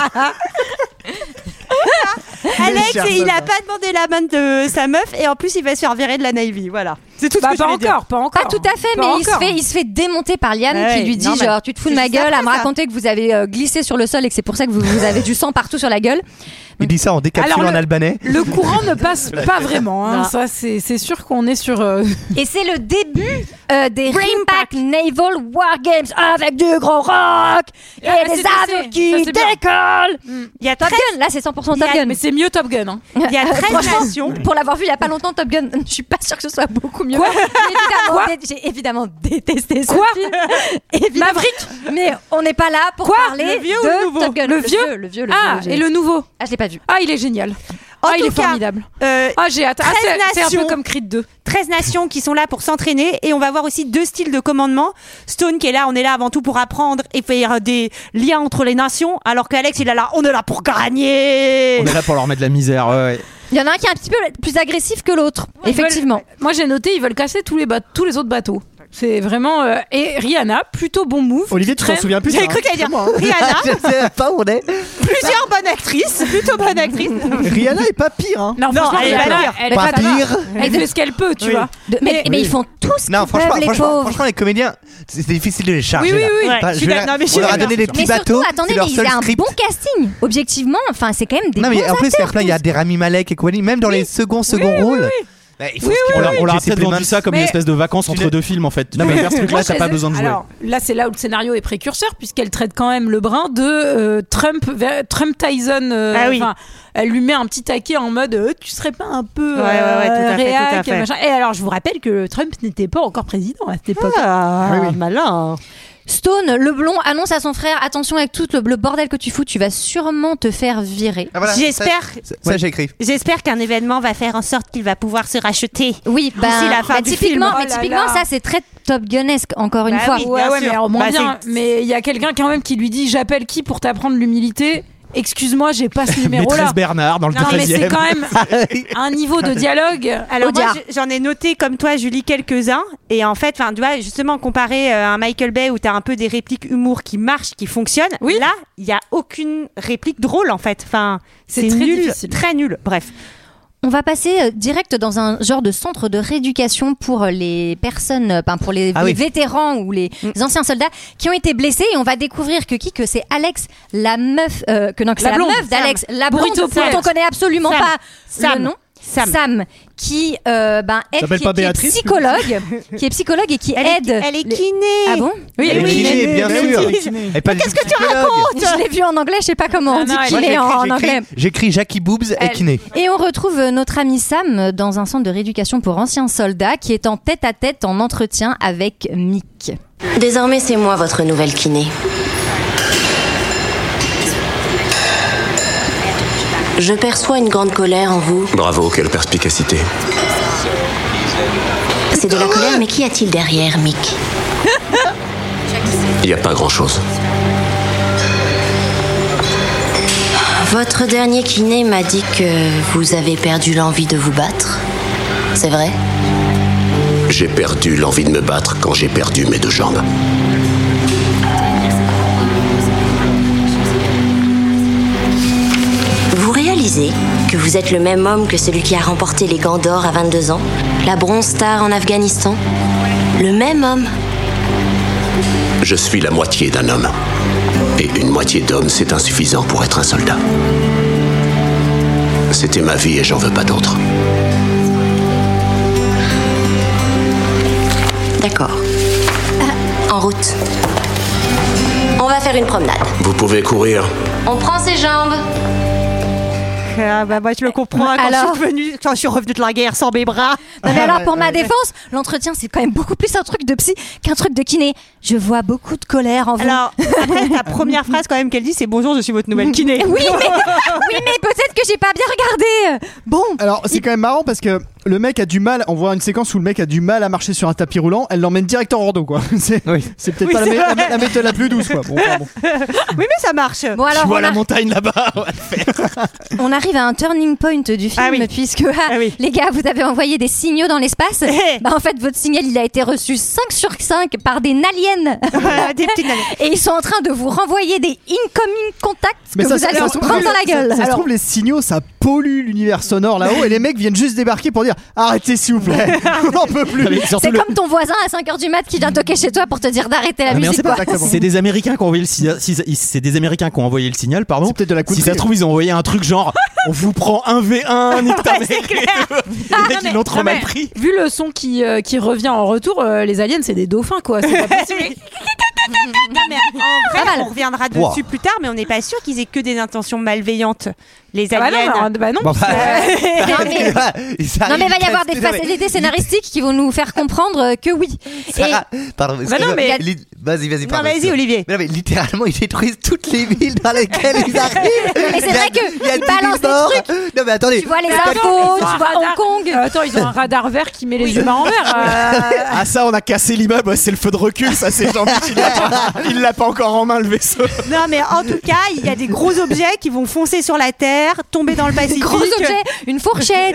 Alex, chers il a soldats. pas demandé la main de sa meuf et en plus il va se faire virer de la Navy. Voilà. C'est tout ce Bah, que je pas voulais dire. encore, pas encore. Pas tout à fait, Pas mais il se, encore. fait, il se fait démonter par Liane Ouais, qui lui dit normal. genre tu te fous de C'est ma juste gueule à après me ça. raconter que vous avez euh, glissé sur le sol et que c'est pour ça que vous, vous avez du sang partout sur la gueule. Il dit ça en décapsulant Alors, en le- albanais. Le courant ne passe pas vraiment. Hein. Non. Ça, c'est c'est sûr qu'on est sur. euh, Et c'est le début euh, des Rimpak Naval War Games avec du gros rock et Ah, des c'est- c'est- avions ça, qui c'est bien. décollent. Il y a Top treize, Gun, là c'est cent pour cent Il y a- Top Gun. Mais c'est mieux Top Gun. Hein. il y a treize Franchement, nations. pour l'avoir vu il y a pas longtemps Top Gun, je suis pas sûre que ce soit beaucoup mieux. Quoi J'ai évidemment, Quoi dé- J'ai évidemment détesté ce Quoi film. Évidemment. Maverick. Mais on n'est pas là pour Quoi parler Le vieux ou de le nouveau Top Gun. Le vieux le vieux, le Ah, vieux. et le nouveau. Ah, je l'ai pas vu. Ah, il est génial. En ah, il tout est cas, formidable. euh, Ah, j'ai hâte. Ah, treize c'est c'est un nations. peu comme Creed deux. treize nations qui sont là pour s'entraîner et on va voir aussi deux styles de commandement. Stone qui est là, on est là avant tout pour apprendre et faire des liens entre les nations, alors qu'Alex il est là, on est là pour gagner. On est là pour leur mettre de la misère. Ouais, ouais. Il y en a un qui est un petit peu plus agressif que l'autre, Ils effectivement. veulent- Moi, j'ai noté, ils veulent casser tous les, ba- tous les autres bateaux. C'est vraiment. euh, Et Rihanna, plutôt bon move. Olivier, tu t'en Très- souviens plus J'avais ça, cru hein. qu'elle allait dire Moi, hein. Rihanna, Je sais pas où on est. plusieurs bonnes actrices, plutôt bonnes actrices. Rihanna est pas pire, hein. Non, Non, franchement, elle est Rihanna, pas pire. elle est Pas pas pire. Elle fait ce qu'elle peut, tu Oui. vois. De- mais, Mais- mais oui. ils font tout ce Non, qu'ils franchement, peuvent, les franchement, pauvres. franchement, les comédiens, c'est c'est difficile de les charger. Oui, oui, là. oui. Enfin, Ouais, je je suis veux d'accord. dire, Non, mais je on suis leur a d'accord. donné des petits Mais surtout, bateaux. attendez, c'est leur mais il y seul a un script. bon casting. Objectivement, enfin, c'est quand même des Non, bons mais en plus, acteurs. là, il y a des Rami Malek et compagnie, même dans les seconds, seconds rôles. Bah, il faut Oui, ce On qu'ils leur, veulent. on leur a Jesse peut-être vendu Plemons. ça comme Mais- une espèce de vacances entre l'as- deux films en fait. Tu Non, peux mais- faire ce truc-là, Moi, t'as je pas les- besoin de jouer. Alors là, c'est là où le scénario est précurseur, puisqu'elle traite quand même le brin de euh, Trump, vers- Trump Tyson. euh, Ah oui. enfin, elle lui met un petit taquet en mode euh, tu serais pas un peu Ouais, ouais, ouais, tout à fait, réac, tout à fait. machin. Et alors, je vous rappelle que Trump n'était pas encore président à cette époque. Ah, Oui, oui. malin. Stone, le blond, annonce à son frère attention avec tout le, le bordel que tu fous, tu vas sûrement te faire virer. Ah, voilà, J'espère, Ça, ça, j'ai écrit. j'espère qu'un événement va faire en sorte qu'il va pouvoir se racheter. Oui, bah, D'ici la fin bah, du typiquement, film. mais Oh là typiquement là. ça c'est très Top Gunesque encore une Bah fois. oui. Ouais, bien ouais, sûr. mais alors, moins Bah, bien. c'est- Mais il y a quelqu'un quand même qui lui dit j'appelle qui pour t'apprendre l'humilité. Excuse-moi, j'ai pas ce numéro-là. Maîtresse Bernard dans le Non, mais c'est treizième. quand même un niveau de dialogue. Alors moi, Audiard. j- j'en ai noté comme toi, Julie, quelques-uns. Et en fait, enfin, tu vois, justement, comparé euh, à un Michael Bay où t'as un peu des répliques humour qui marchent, qui fonctionnent. Oui. Là, il y a aucune réplique drôle en fait. Enfin, C'est c'est très nul, difficile. très nul. Bref. On va passer euh, direct dans un genre de centre de rééducation pour les personnes, euh, enfin pour les, Ah les oui. vétérans ou les anciens soldats qui ont été blessés et on va découvrir que qui que c'est Alex, la meuf, euh, que non que La c'est la blonde, meuf d'Alex, la blonde Burrito dont Poète. on connaît absolument Sam. pas Sam. le nom. Sam. Sam, qui, euh, ben, elle, S'appelle qui, pas qui est Béatrice, psychologue, qui est psychologue et qui Elle est, aide. elle est le- kiné. Ah bon? Oui, elle est kiné, bien mais oui, sûr. elle est kiné. Elle est pas du Qu'est-ce tout que tu psychologue. racontes? Je l'ai vu en anglais, je sais pas comment on Ah dit non, elle- Moi, kiné j'ai en, écrit- en j'ai anglais. écrit- J'écris Jackie Boobs et Elle- kiné. Et on retrouve euh, notre ami Sam dans un centre de rééducation pour anciens soldats qui est en tête à tête en entretien avec Mick. Désormais, c'est moi votre nouvelle kiné. Je perçois une grande colère en vous. Bravo, quelle perspicacité. C'est de la colère, mais qu'y a-t-il derrière, Mick? Il n'y a pas grand-chose. Votre dernier kiné m'a dit que vous avez perdu l'envie de vous battre. C'est vrai? J'ai perdu l'envie de me battre quand j'ai perdu mes deux jambes. Vous réalisez que vous êtes le même homme que celui qui a remporté les Gants d'Or à vingt-deux ans, la Bronze Star en Afghanistan? Le même homme? Je suis la moitié d'un homme. Et une moitié d'homme, c'est insuffisant pour être un soldat. C'était ma vie et j'en veux pas d'autre. D'accord. En route. On va faire une promenade. Vous pouvez courir. On prend ses jambes. Ah bah moi je le comprends hein, quand, Alors je suis revenue, quand je suis revenue de la guerre sans mes bras. Non, mais alors pour ma défense, l'entretien c'est quand même beaucoup plus un truc de psy qu'un truc de kiné. Je vois beaucoup de colère en vous. Alors après ta première phrase quand même qu'elle dit c'est bonjour je suis votre nouvelle kiné. Oui mais, oui, mais peut-être que j'ai pas bien regardé. Bon. Alors c'est quand même marrant parce que le mec a du mal, on voit une séquence où le mec a du mal à marcher sur un tapis roulant, elle l'emmène direct en rando quoi. C'est oui. c'est peut-être Oui, pas la, c'est mé- vrai. la, la méthode la plus douce quoi. Bon, enfin, bon. Oui mais ça marche. Bon alors Je vois on, la a- montagne là-bas. On va le faire. on arrive à un turning point du film Ah oui. puisque ah, Ah oui. les gars vous avez envoyé des signaux dans l'espace. Eh. Bah en fait votre signal il a été reçu cinq sur cinq par des naliens. Voilà, des petites nanettes. Et ils sont en train de vous renvoyer des incoming contacts que vous allez vous se prendre dans la gueule. Ça, ça se Alors, trouve, les signaux, ça pollue l'univers sonore là-haut et les mecs viennent juste débarquer pour dire arrêtez s'il vous plaît, on n'en peut plus. Mais surtout c'est le- comme ton voisin à cinq heures du mat qui vient toquer chez toi pour te dire d'arrêter la Ah, mais on musique. sait pas, quoi. c'est des Américains qui ont envoyé le signal. si- C'est des Américains qui ont envoyé le signal, pardon. C'est peut-être de la Si country. ça se trouve, ils ont envoyé un truc genre on vous prend un v un, nique ta mère. Les mecs, ils l'ont trop Non, mal mais pris. Vu le son qui, euh, qui revient en retour, euh, les aliens c'est des dauphins quoi. C'est pas possible. Non, mais en vrai, Pas mal. on reviendra dessus Wow. plus tard, mais on n'est pas sûr qu'ils aient que des intentions malveillantes, les Ah bah non, aliens. alors, bah non. Bon, bah, Non, mais- ça Non mais il va y arrive avoir des presque- non, mais- facilités scénaristiques qui vont nous faire comprendre euh, que oui. Et Sarah, pardon, Bah non, excuse-moi. mais- Li- Vas-y, vas-y, Non, pardon. vas-y, excuse-moi. Olivier. Mais non, mais littéralement, ils détruisent toutes les villes dans lesquelles ils arrivent. mais c'est vrai que Il y a ils dix balancent mille des morts. trucs. Non, mais attendez. Tu vois les Mais attends, infos, ils ont tu un vois radar- Hong Kong. Euh, attends, ils ont un radar vert qui met les humains en vert. euh. Ah ça, on a cassé l'immeuble. Ouais, c'est le feu de recul. Ça, c'est Jean-Michel. Il l'a pas- Il l'a pas encore en main le vaisseau. Non, mais en tout cas, il y a des gros objets qui vont foncer sur la Terre, tomber dans le Pacifique. Gros objet, une fourchette.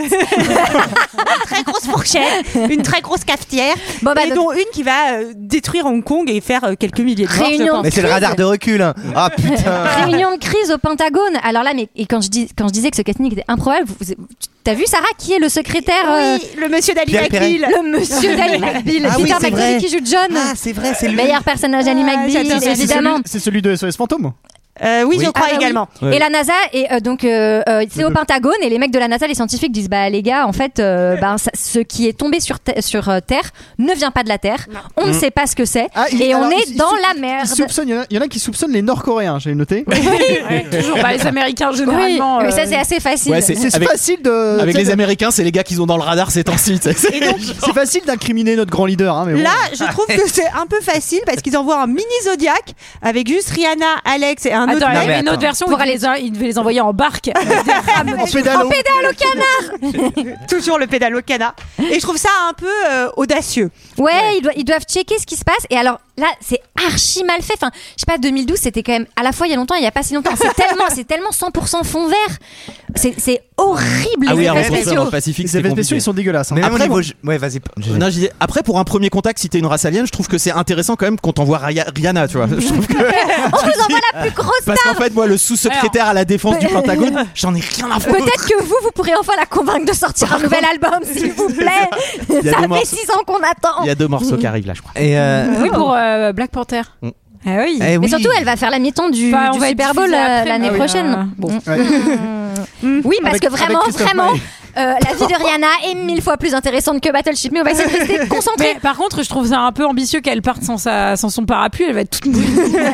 Une très grosse fourchette, une très grosse cafetière, Bon, bah, et donc- dont une qui va euh, détruire Hong Kong et faire euh, quelques milliers de morts. je Réunion pense. Mais c'est le radar de recul. Hein. Ah putain. Réunion de crise au Pentagone. Alors là, mais et quand je dis quand je disais que ce casting était improbable, vous, vous- t'as vu Sarah qui est le secrétaire euh, Oui, le monsieur d'Ali Pierre McBeal. le monsieur d'Ali McBeal, Ah oui, Peter c'est McBeal vrai. qui joue John. Ah, c'est vrai, c'est Le lui. meilleur personnage d'Ali Ah, McBeal, j'adore. C'est- c'est évidemment. celui- C'est celui de S O S Fantôme. Euh, oui, Oui. je crois Ah bah oui. également. Ouais. Et la NASA, et euh, donc euh, euh, c'est au Pentagone, et les mecs de la NASA, les scientifiques disent bah les gars, en fait, euh, ben, ça- ce qui est tombé sur, te- sur euh, Terre ne vient pas de la Terre. On ne sait pas ce que c'est, Ah, il- et on alors, est il- dans il- la Il merde. soupçonne, il y en a- il y en a qui soupçonnent les Nord-Coréens, j'ai noté. Ouais, toujours. Bah, les Américains Oui, généralement. mais euh, ça c'est assez facile. Ouais, c'est- C'est Avec- facile de. Avec tu sais, les Américains, c'est les gars qu'ils ont dans le radar ces temps-ci. tu sais, c'est- Et donc, C'est facile d'incriminer notre grand leader. Hein, mais bon. là, je trouve que c'est un peu facile parce qu'ils envoient un mini Zodiac avec juste Rihanna, Alex et un autre Attends, il y mec. avait une autre attends. version Pour où il, les a- il devait les envoyer en barque. avec des rames En pédalo. En pédale au canard. Toujours le pédalo cana. Et je trouve ça un peu euh, audacieux. Ouais, Ils, doivent, ils doivent checker ce qui se passe. Et alors là, c'est archi mal fait. Enfin, je sais pas, deux mille douze, c'était quand même à la fois il y a longtemps et il y a pas si longtemps. C'est tellement, c'est tellement cent pour cent fond vert. C'est, c'est horrible Ah oui, les à effets reconstruire dans spéciaux. le Pacifique, Les c'est effets spéciaux, compliqué. ils sont dégueulasses. hein. Mais même au Après, niveau. bon- je- Ouais, vas-y. Non, je disais, après, pour un premier contact, si t'es une race alien, je trouve que c'est intéressant quand même quand on voit Raya- Rihanna, tu vois. Je trouve que. On vous envoie la plus grosse Parce qu'en fait, moi, le sous-secrétaire à la défense du Pentagone, j'en ai rien à foutre. Peut-être que vous, vous pourrez enfin la convaincre de sortir un nouvel album, s'il vous plaît. Il y a Ça deux fait morceaux. six ans qu'on attend. Il y a deux morceaux qui arrivent là, je crois. Et euh, Oui, pour euh, Black Panther. Mm. Ah oui. eh Mais oui. surtout, elle va faire la mi-temps du, Bah, on du va être Super Bowl diffusé euh, après, l'année mais oui, prochaine. euh, bon. Mm. Ouais. Oui, parce Avec- que avec vraiment, Christophe vraiment, Maé. Euh, la vie de Rihanna est mille fois plus intéressante que Battleship, mais on va essayer de rester concentrés. Mais par contre, je trouve ça un peu ambitieux qu'elle parte sans, sa, sans son parapluie. Elle va être toute mouillée.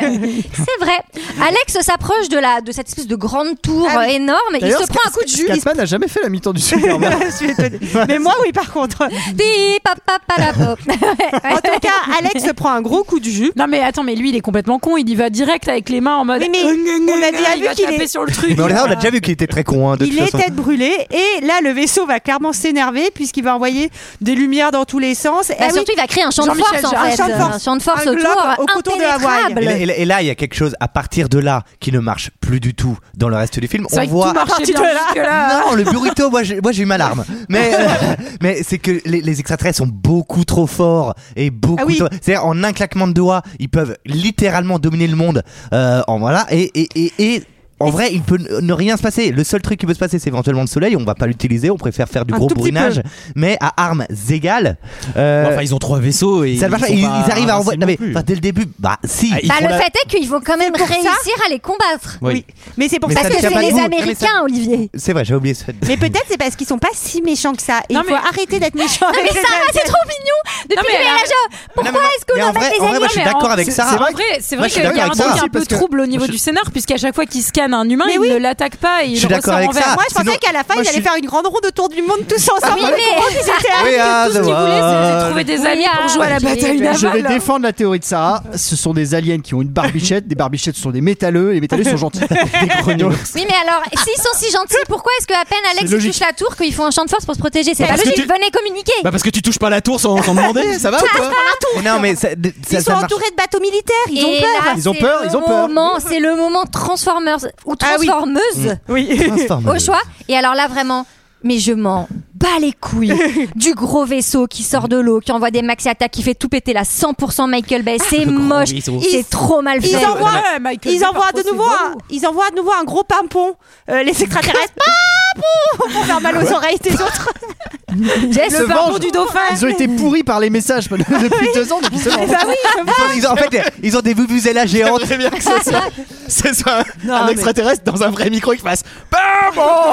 C'est vrai. Alex s'approche de, la, de cette espèce de grande tour Ah oui. énorme. Il D'ailleurs, se prend un coup de jus. Scatman n'a jamais fait la mi-temps du Superman. Je suis étonnée. Mais moi, oui, par contre. Pi, pa, pa, pa, la, pop. En tout cas, Alex se prend un gros coup de jus. Non, mais attends, mais lui, il est complètement con. Il y va direct avec les mains en mode. Oui, mais on a déjà il vu va qu'il taper est- sur le truc. Mais on l'a on a déjà vu qu'il était très con, hein, de Il toute est façon. tête brûlée et là le vaisseau va clairement s'énerver puisqu'il va envoyer des lumières dans tous les sens. Bah, Ah oui, surtout, il va créer un champ de Jean-Michel force en Jarre. fait. Un champ de force. Un champ de force Un autour, globe au contour de Hawaï. impénétrable. Et là, et là- et là, il y a quelque chose à partir de là qui ne marche plus du tout dans le reste du film. C'est vrai On que voit. tout marchait bien jusque-là. Non, le burrito, moi j'ai, moi j'ai eu ma larme. Mais, euh, mais c'est que les, les extraterrestres sont beaucoup trop forts et beaucoup Ah oui. trop. C'est-à-dire en un claquement de doigts, ils peuvent littéralement dominer le monde. Euh, en voilà et et et. et en vrai, il peut n- ne rien se passer. Le seul truc qui peut se passer, c'est éventuellement le soleil. On va pas l'utiliser. On préfère faire du Un gros tout petit brunage. peu. Mais à armes égales. euh, Enfin, ils ont trois vaisseaux et ça marche ils, pas. sont Ils, pas ils arrivent à envoyer. invincibles Non mais non plus. enfin, dès le début, bah si. Ah, ils Bah, font le la- fait est qu'ils vont quand même pour ça- réussir à les combattre. Oui. oui. Mais c'est pour Mais ça ça Parce que que tient pas c'est les debout. Non, mais ça- Américains, Olivier. C'est vrai, j'ai oublié ce fait. Mais peut-être c'est parce qu'ils sont pas si méchants que ça. Et Non, il faut mais- arrêter d'être méchants. Non, mais avec Sarah, les c'est trop mignon. Depuis Non, mais le elle a- village, pourquoi Non, mais- est-ce qu'on mais en embête vrai- les en vrai, aliens moi, je suis mais d'accord en- avec c'est- Sarah. c'est En vrai, vrai, c'est moi, vrai je suis qu'il y a d'accord un avec truc Sarah. un peu Parce que- trouble au niveau moi, je- du scénar, puisqu'à chaque fois qu'il scanne un humain, Mais il oui. ne l'attaque pas et il Je suis le d'accord ressort avec en vert. ça. Moi je pensais Sinon- qu'à la fin moi, ils je allaient suis- faire une grande ronde autour du monde tous ensemble. Oui, mais- Ils étaient Oui, ah, Tout ce ça qu'il va. voulait, c'était trouver des Oui, amis pour jouer à la ah, bataille je- Je vais navale. défendre la théorie de Sarah. Ce sont des aliens qui ont une barbichette. Des barbichettes sont des métalleux. Et les métalleux sont gentils. Des grognots. Oui, mais alors, s'ils sont si gentils, pourquoi est-ce qu'à peine Alex C'est il logique. touche la tour qu'ils font un champ de force pour se protéger? C'est pas Parce que logique, tu- venez communiquer. Bah parce que tu touches pas la tour sans, sans demander, ça va ou quoi? Non mais ça, ça, Ils ça sont marche. entourés de bateaux militaires. Ils ont Et peur. là, Ils ont c'est peur, le ils ont peur. moment- C'est le moment Transformers ou Ah oui. Transformeuse Oui. Transforme. au choix. Et alors là, vraiment, mais je m'en bats les couilles du gros vaisseau qui sort de l'eau, qui envoie des maxi attaques, qui fait tout péter là, cent pour cent Michael Bay. C'est le gros moche, vaisseau. c'est trop mal Ils fait. envoient, Ouais, Michael ils Bay, envoient de parfois, nouveau, c'est un, beau. ils envoient de nouveau un gros pimpon. Euh, les extraterrestres, pimpon, pour faire mal aux oreilles des autres. Jess, Se le pardon vengent. du dauphin. Ils ont été pourris par les messages depuis deux ans. Donc ils se vengent. Bah oui, Ils ont- ils ont- en fait, ils ont des vuvuzelas géantes. J'aimerais bien que ce soit, ce soit un, Non, un mais- extraterrestre dans un vrai micro qui fasse BAM oh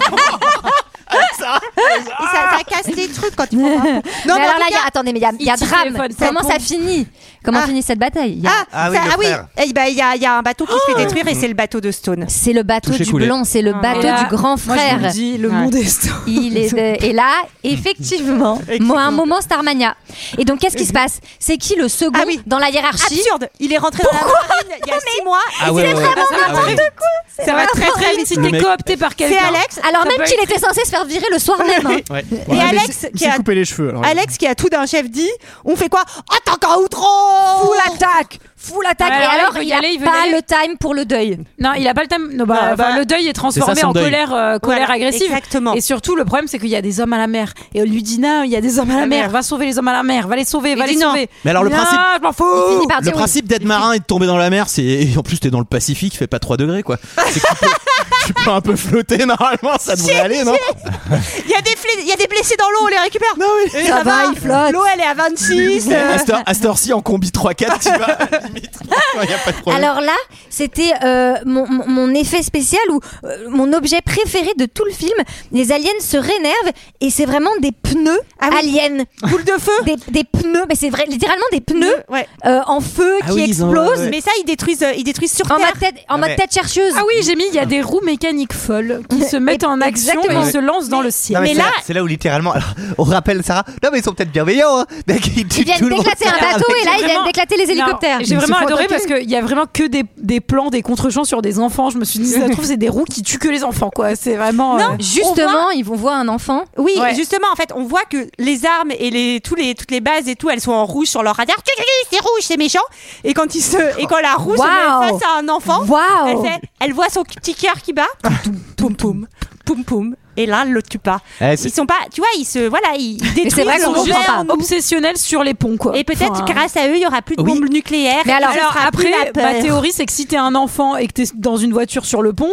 Avec ça. et ça, ça casse les trucs quand ils font pimpon. Non, mais mais alors en là, tout il y a, cas- attendez, mais il y a, il y a Il tire drame. téléphone, Comment ça ça finit Comment Ah. finit cette bataille Il y a- Ah, Ah oui, ça- le ah oui, frère. Eh ben, il y, a- il y a un bateau qui se fait détruire et c'est le bateau de Stone. C'est le bateau Touché, du coulé. blanc, c'est le Ah. bateau Et là, du grand Moi, je vous frère. le dis, le Ouais. monde est stone. Il est de- Et là, effectivement, moi, un moment Starmania. Et donc, qu'est-ce qui se passe C'est qui le second Ah oui. dans la hiérarchie Absurde. Il est rentré dans la marine il y a six mois. Ah ouais, ouais, ouais. Ça va Ah ouais. très vite. Ça va très très vite si Le t'es mec- coopté par C'est quelqu'un. Alex. Alors Ça même peut qu'il être- était censé se faire virer le soir même. hein. Ouais. Et Ouais, mais Alex c'est- qui il a s'est coupé les cheveux. alors. Alex qui a tout d'un chef dit, on fait quoi? Attaque à outrance. Full attaque Full attaque Ouais, Et alors, alors, il veut il y n'a aller, il veut y pas aller. le time pour le deuil. Non, il a pas le temps. Non, bah, Bah, enfin, bah, le deuil est transformé c'est ça, son en deuil. colère, euh, colère Voilà, agressive. exactement. Et surtout, le problème, c'est qu'il y a des hommes à la mer. Et on lui dit non, il y a des hommes à la La mer. mer. Va sauver les hommes à la mer. Va les sauver. Il Va les dit non. sauver. Mais alors le Non, principe, je m'en fous. Il finit par le dire oui. principe d'être marin et de tomber dans la mer, c'est et en plus t'es dans le Pacifique, il fait pas trois degrés quoi. C'est que tu peux, tu peux un peu flotter normalement, ça devrait aller non? Il y a des fl- il y a des blessés dans l'eau, on les récupère. Non mais Et Ça va, il flotte. L'eau elle est à vingt-six. euh, à cette heure- à cette heure-ci en combi trois quatre tu vas limite, il y a pas de problème. Alors là, c'était euh, mon, mon- mon effet spécial ou euh, mon objet préféré de tout le film. Les aliens se rénervent et c'est vraiment des pneus Ah oui. aliens. Boule de feu. Des, des pneus, mais c'est vrai, littéralement des pneus Ouais. euh, en feu Ah qui oui, ils ont- explosent. ouais. Mais ça ils détruisent euh, ils détruisent sur En terre. mode tête, en Ah, mode mais- tête chercheuse. Ah oui, j'ai mis. Il y a des roues mécaniques folles qui se mettent en action Exactement. et se lancent dans le Non, ciel. mais Mais c'est là- là, c'est là où littéralement, alors, on rappelle Sarah. Non mais ils sont peut-être bienveillants. Hein. Mais ils tuent Ils viennent tout le monde. d'éclater un bateau et là ils viennent Vraiment- d'éclater les hélicoptères. Non, J'ai Mais vraiment c'est faut adoré attaquer. parce qu'il y a vraiment que des, des plans, des contre-champs sur des enfants. Je me suis dit, ça se trouve, c'est des roues qui tuent que les enfants, quoi. C'est vraiment. Non, euh, Justement, ils vont voir un enfant. Oui, Ouais. justement, en fait, on voit que les armes et les, tous les, toutes les bases et tout, elles sont en rouge sur leur radar. C'est rouge, c'est méchant. Et quand, il se, et quand la roue se Waouh. met face à un enfant, Waouh. elle, fait, elle voit son petit cœur qui bat. Poum, poum, poum, poum. Et là, elle le tue pas. Eh, c'est- Ils sont pas, tu vois, ils se, voilà, ils détruisent c'est vrai le qu'on monde comprend pas. en nous. obsessionnels sur les ponts, quoi. Et peut-être Enfin, grâce à eux, il y aura plus de Oui. bombes nucléaires. Mais alors, et ce Alors sera plus après, la peur. ma théorie, c'est que si t'es un enfant et que t'es dans une voiture sur le pont,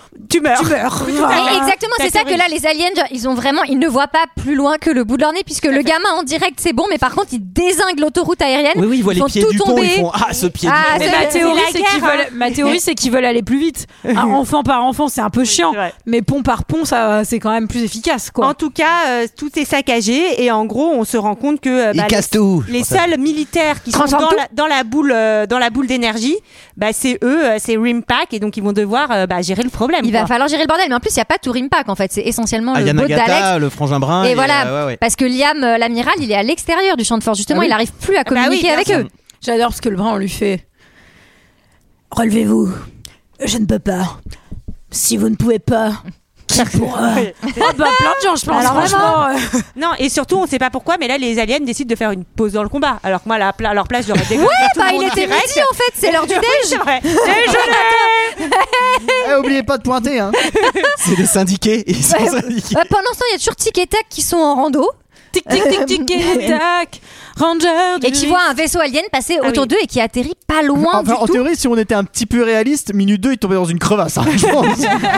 tu meurs. Tu meurs. Et exactement, c'est ça que là, les aliens, genre, ils ont vraiment, ils ne voient pas plus loin que le bout de leur nez, puisque le gamin en direct, c'est bon, mais par contre, ils dézinguent l'autoroute aérienne. Oui, oui, ils voient les font pieds tout du pont, tomber. ils font ah ce pied. Ah, du mais pont. ma théorie, c'est c'est la qu'ils guerre, veulent, hein. ma théorie, c'est qu'ils veulent aller plus vite. Un enfant par enfant, c'est un peu chiant, mais pont par pont, ça, c'est quand même plus efficace, quoi. En tout cas, euh, tout est saccagé et en gros, on se rend compte que euh, Ils bah, cassent les, tout. les seuls militaires qui sont Transforme dans tout. la, dans la boule, euh, dans la boule d'énergie, bah, c'est eux, euh, c'est Rimpack, et donc ils vont devoir euh, bah, gérer le problème. Il quoi. va falloir gérer le bordel, mais en plus, il n'y a pas tout Rimpack, en fait. C'est essentiellement Ah, le boat d'Alex. Yanagata, le frangin brun. Et et, voilà, euh, ouais, ouais. parce que Liam, euh, l'amiral, il est à l'extérieur du champ de force. Justement, Ah oui. il n'arrive plus à bah oui, communiquer bien avec sûr. eux. J'adore parce que le brun, on lui fait relevez-vous. Je ne peux pas. Si vous ne pouvez pas, qui pourra? Oh bah plein de gens, je pense. Alors, franchement. euh, Non, et surtout, on sait pas pourquoi, mais là, les aliens décident de faire une pause dans le combat. Alors que moi, à la pla- à leur place, j'aurais dégoûté. Ouais, bah il était midi en fait, c'est l'heure du Oui, déj. c'est vrai. Déjeuner. Eh, oubliez pas de pointer, hein. C'est des syndiqués. Ils sont Ouais. syndiqués. Euh, pendant ce temps, il y a toujours Tic et Tac qui sont en rando. Tic tic tic tic et tac. Ranger. Et qui voit un vaisseau alien passer autour d'eux et qui atterrit pas loin Enfin, du en tout. théorie, si on était un petit peu réaliste, minute deux, il tombait dans une crevasse, hein, je pense.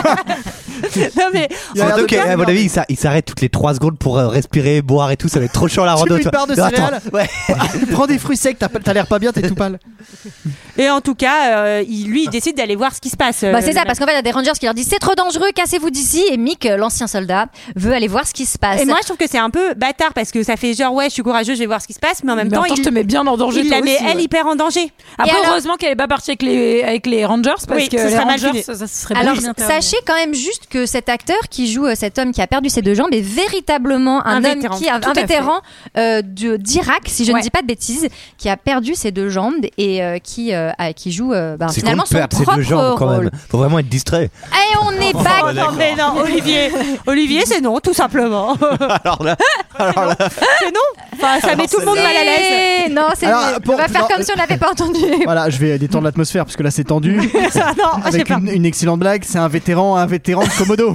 Non, mais Il a l'air Surtout de qu'à bien, mon mais- avis, il s'a- il s'arrête toutes les trois secondes pour euh, respirer, boire et tout. Ça va être trop chiant la Tu rando. veux une toi. barre de Non, attends. céréales Ouais. Prends des fruits secs, t'as pas- t'as l'air pas bien, t'es tout pâle. Et en tout cas, euh, il, lui, il décide d'aller voir ce qui se passe. euh, Bah c'est le ça, mec. parce qu'en fait il y a des rangers qui leur disent c'est trop dangereux, cassez-vous d'ici. Et Mick, euh, l'ancien soldat, veut aller voir ce qui se passe. Et moi, je trouve que c'est un peu bâtard parce que ça fait genre, ouais, je suis courageux, je vais voir ce qui se passe, mais en même Mais temps, en même temps, il je te mets bien en danger, Il toi la met, aussi, elle, ouais. hyper en danger. Après, Et alors- heureusement qu'elle est pas partie avec les, avec les Rangers parce Oui, que ce les serait mal Rangers, fini. ça, ça serait Alors bien terminé. sachez quand même juste que cet acteur qui joue euh, cet homme qui a perdu ses deux jambes est véritablement un, Un homme vétéran. qui un, Tout un à fait. vétéran euh, de d'Irak, si je Ouais. ne dis pas de bêtises, qui a perdu ses deux jambes et euh, qui euh, a- qui joue euh, bah, C'est finalement con de son perdre ses propre deux jambes quand rôle. même. Faut vraiment être distrait. Et on est Oh, back. non, mais non, Olivier. Olivier, c'est non, tout simplement. Alors là, alors là. C'est non. Enfin, ça met tout le monde mal à l'aise. Et non, c'est Alors, pour- on va faire non, comme si on l'avait pas entendu. Voilà, je vais détendre l'atmosphère parce que là c'est tendu. non, je sais Avec pas. une, une excellente blague, c'est un vétéran, un vétéran de Komodo.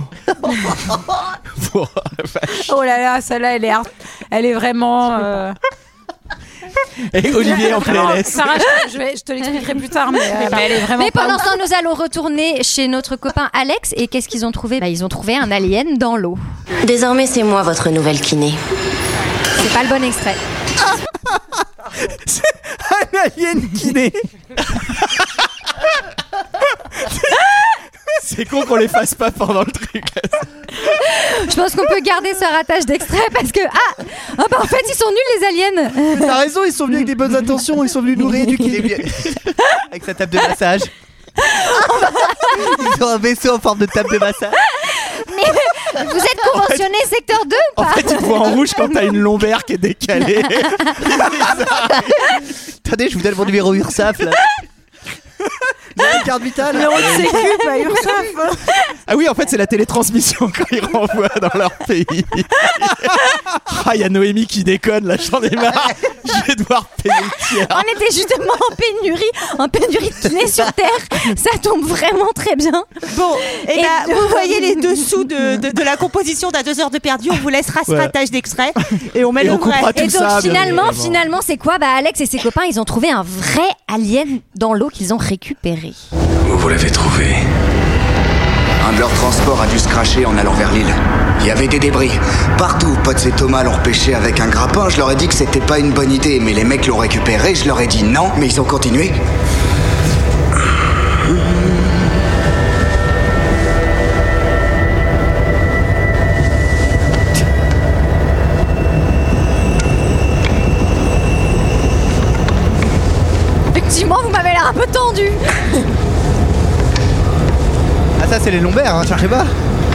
Oh là là, celle-là, elle est, hard- elle est vraiment. euh, Et Olivier en vraiment- P L S. Sarah, je, je vais, je te l'expliquerai plus tard, mais, euh, mais elle est vraiment. Mais pas pendant ouf. ce temps, nous allons retourner chez notre copain Alex. Et qu'est-ce qu'ils ont trouvé? Bah, ils ont trouvé un alien dans l'eau. Désormais, c'est moi votre nouvelle kiné. C'est pas le bon extrait. Un alien kiné. C'est con qu'on les fasse pas pendant le truc. Je pense qu'on peut garder ce ratage d'extrait parce que ah, ah bah en fait ils sont nuls les aliens. T'as raison, ils sont venus avec des bonnes intentions, ils sont venus nous rééduquer. Avec sa table de massage. Ils ont un vaisseau en forme de table de massage. Mais vous êtes conventionné secteur deux ou En pas? fait, tu te vois en rouge quand t'as une lombaire qui est décalée. Attendez, je vous donne mon numéro URSAF là. J'ai une carte vitale. Numéro de sécu, pas URSAF. Ah oui, en fait, c'est la télétransmission quand ils renvoient dans leur pays. Ah, il y a Noémie qui déconne, là, j'en ai marre. Je vais devoir payer le tiers. On était justement en pénurie, en pénurie de kiné sur Terre. Ça tombe vraiment très bien. Bon, et, Et bah, de- vous voyez les dessous de, de, de la composition d'À deux heures de perdu. On vous laissera ce Ouais. ratage d'extrait et on met Et le on vrai. coupera tout Et donc ça, bien finalement, évidemment. finalement, c'est quoi? Bah Alex et ses copains, ils ont trouvé un vrai alien dans l'eau qu'ils ont récupéré. Vous l'avez trouvé. Un de leurs transports a dû se cracher en allant vers l'île. Il y avait des débris. Partout, Potts et Thomas l'ont repêché avec un grappin. Je leur ai dit que c'était pas une bonne idée, mais les mecs l'ont récupéré. Je leur ai dit non, mais ils ont continué. Effectivement, vous m'avez l'air un peu tendu. Ah ça c'est les lombaires, hein, cherchez pas.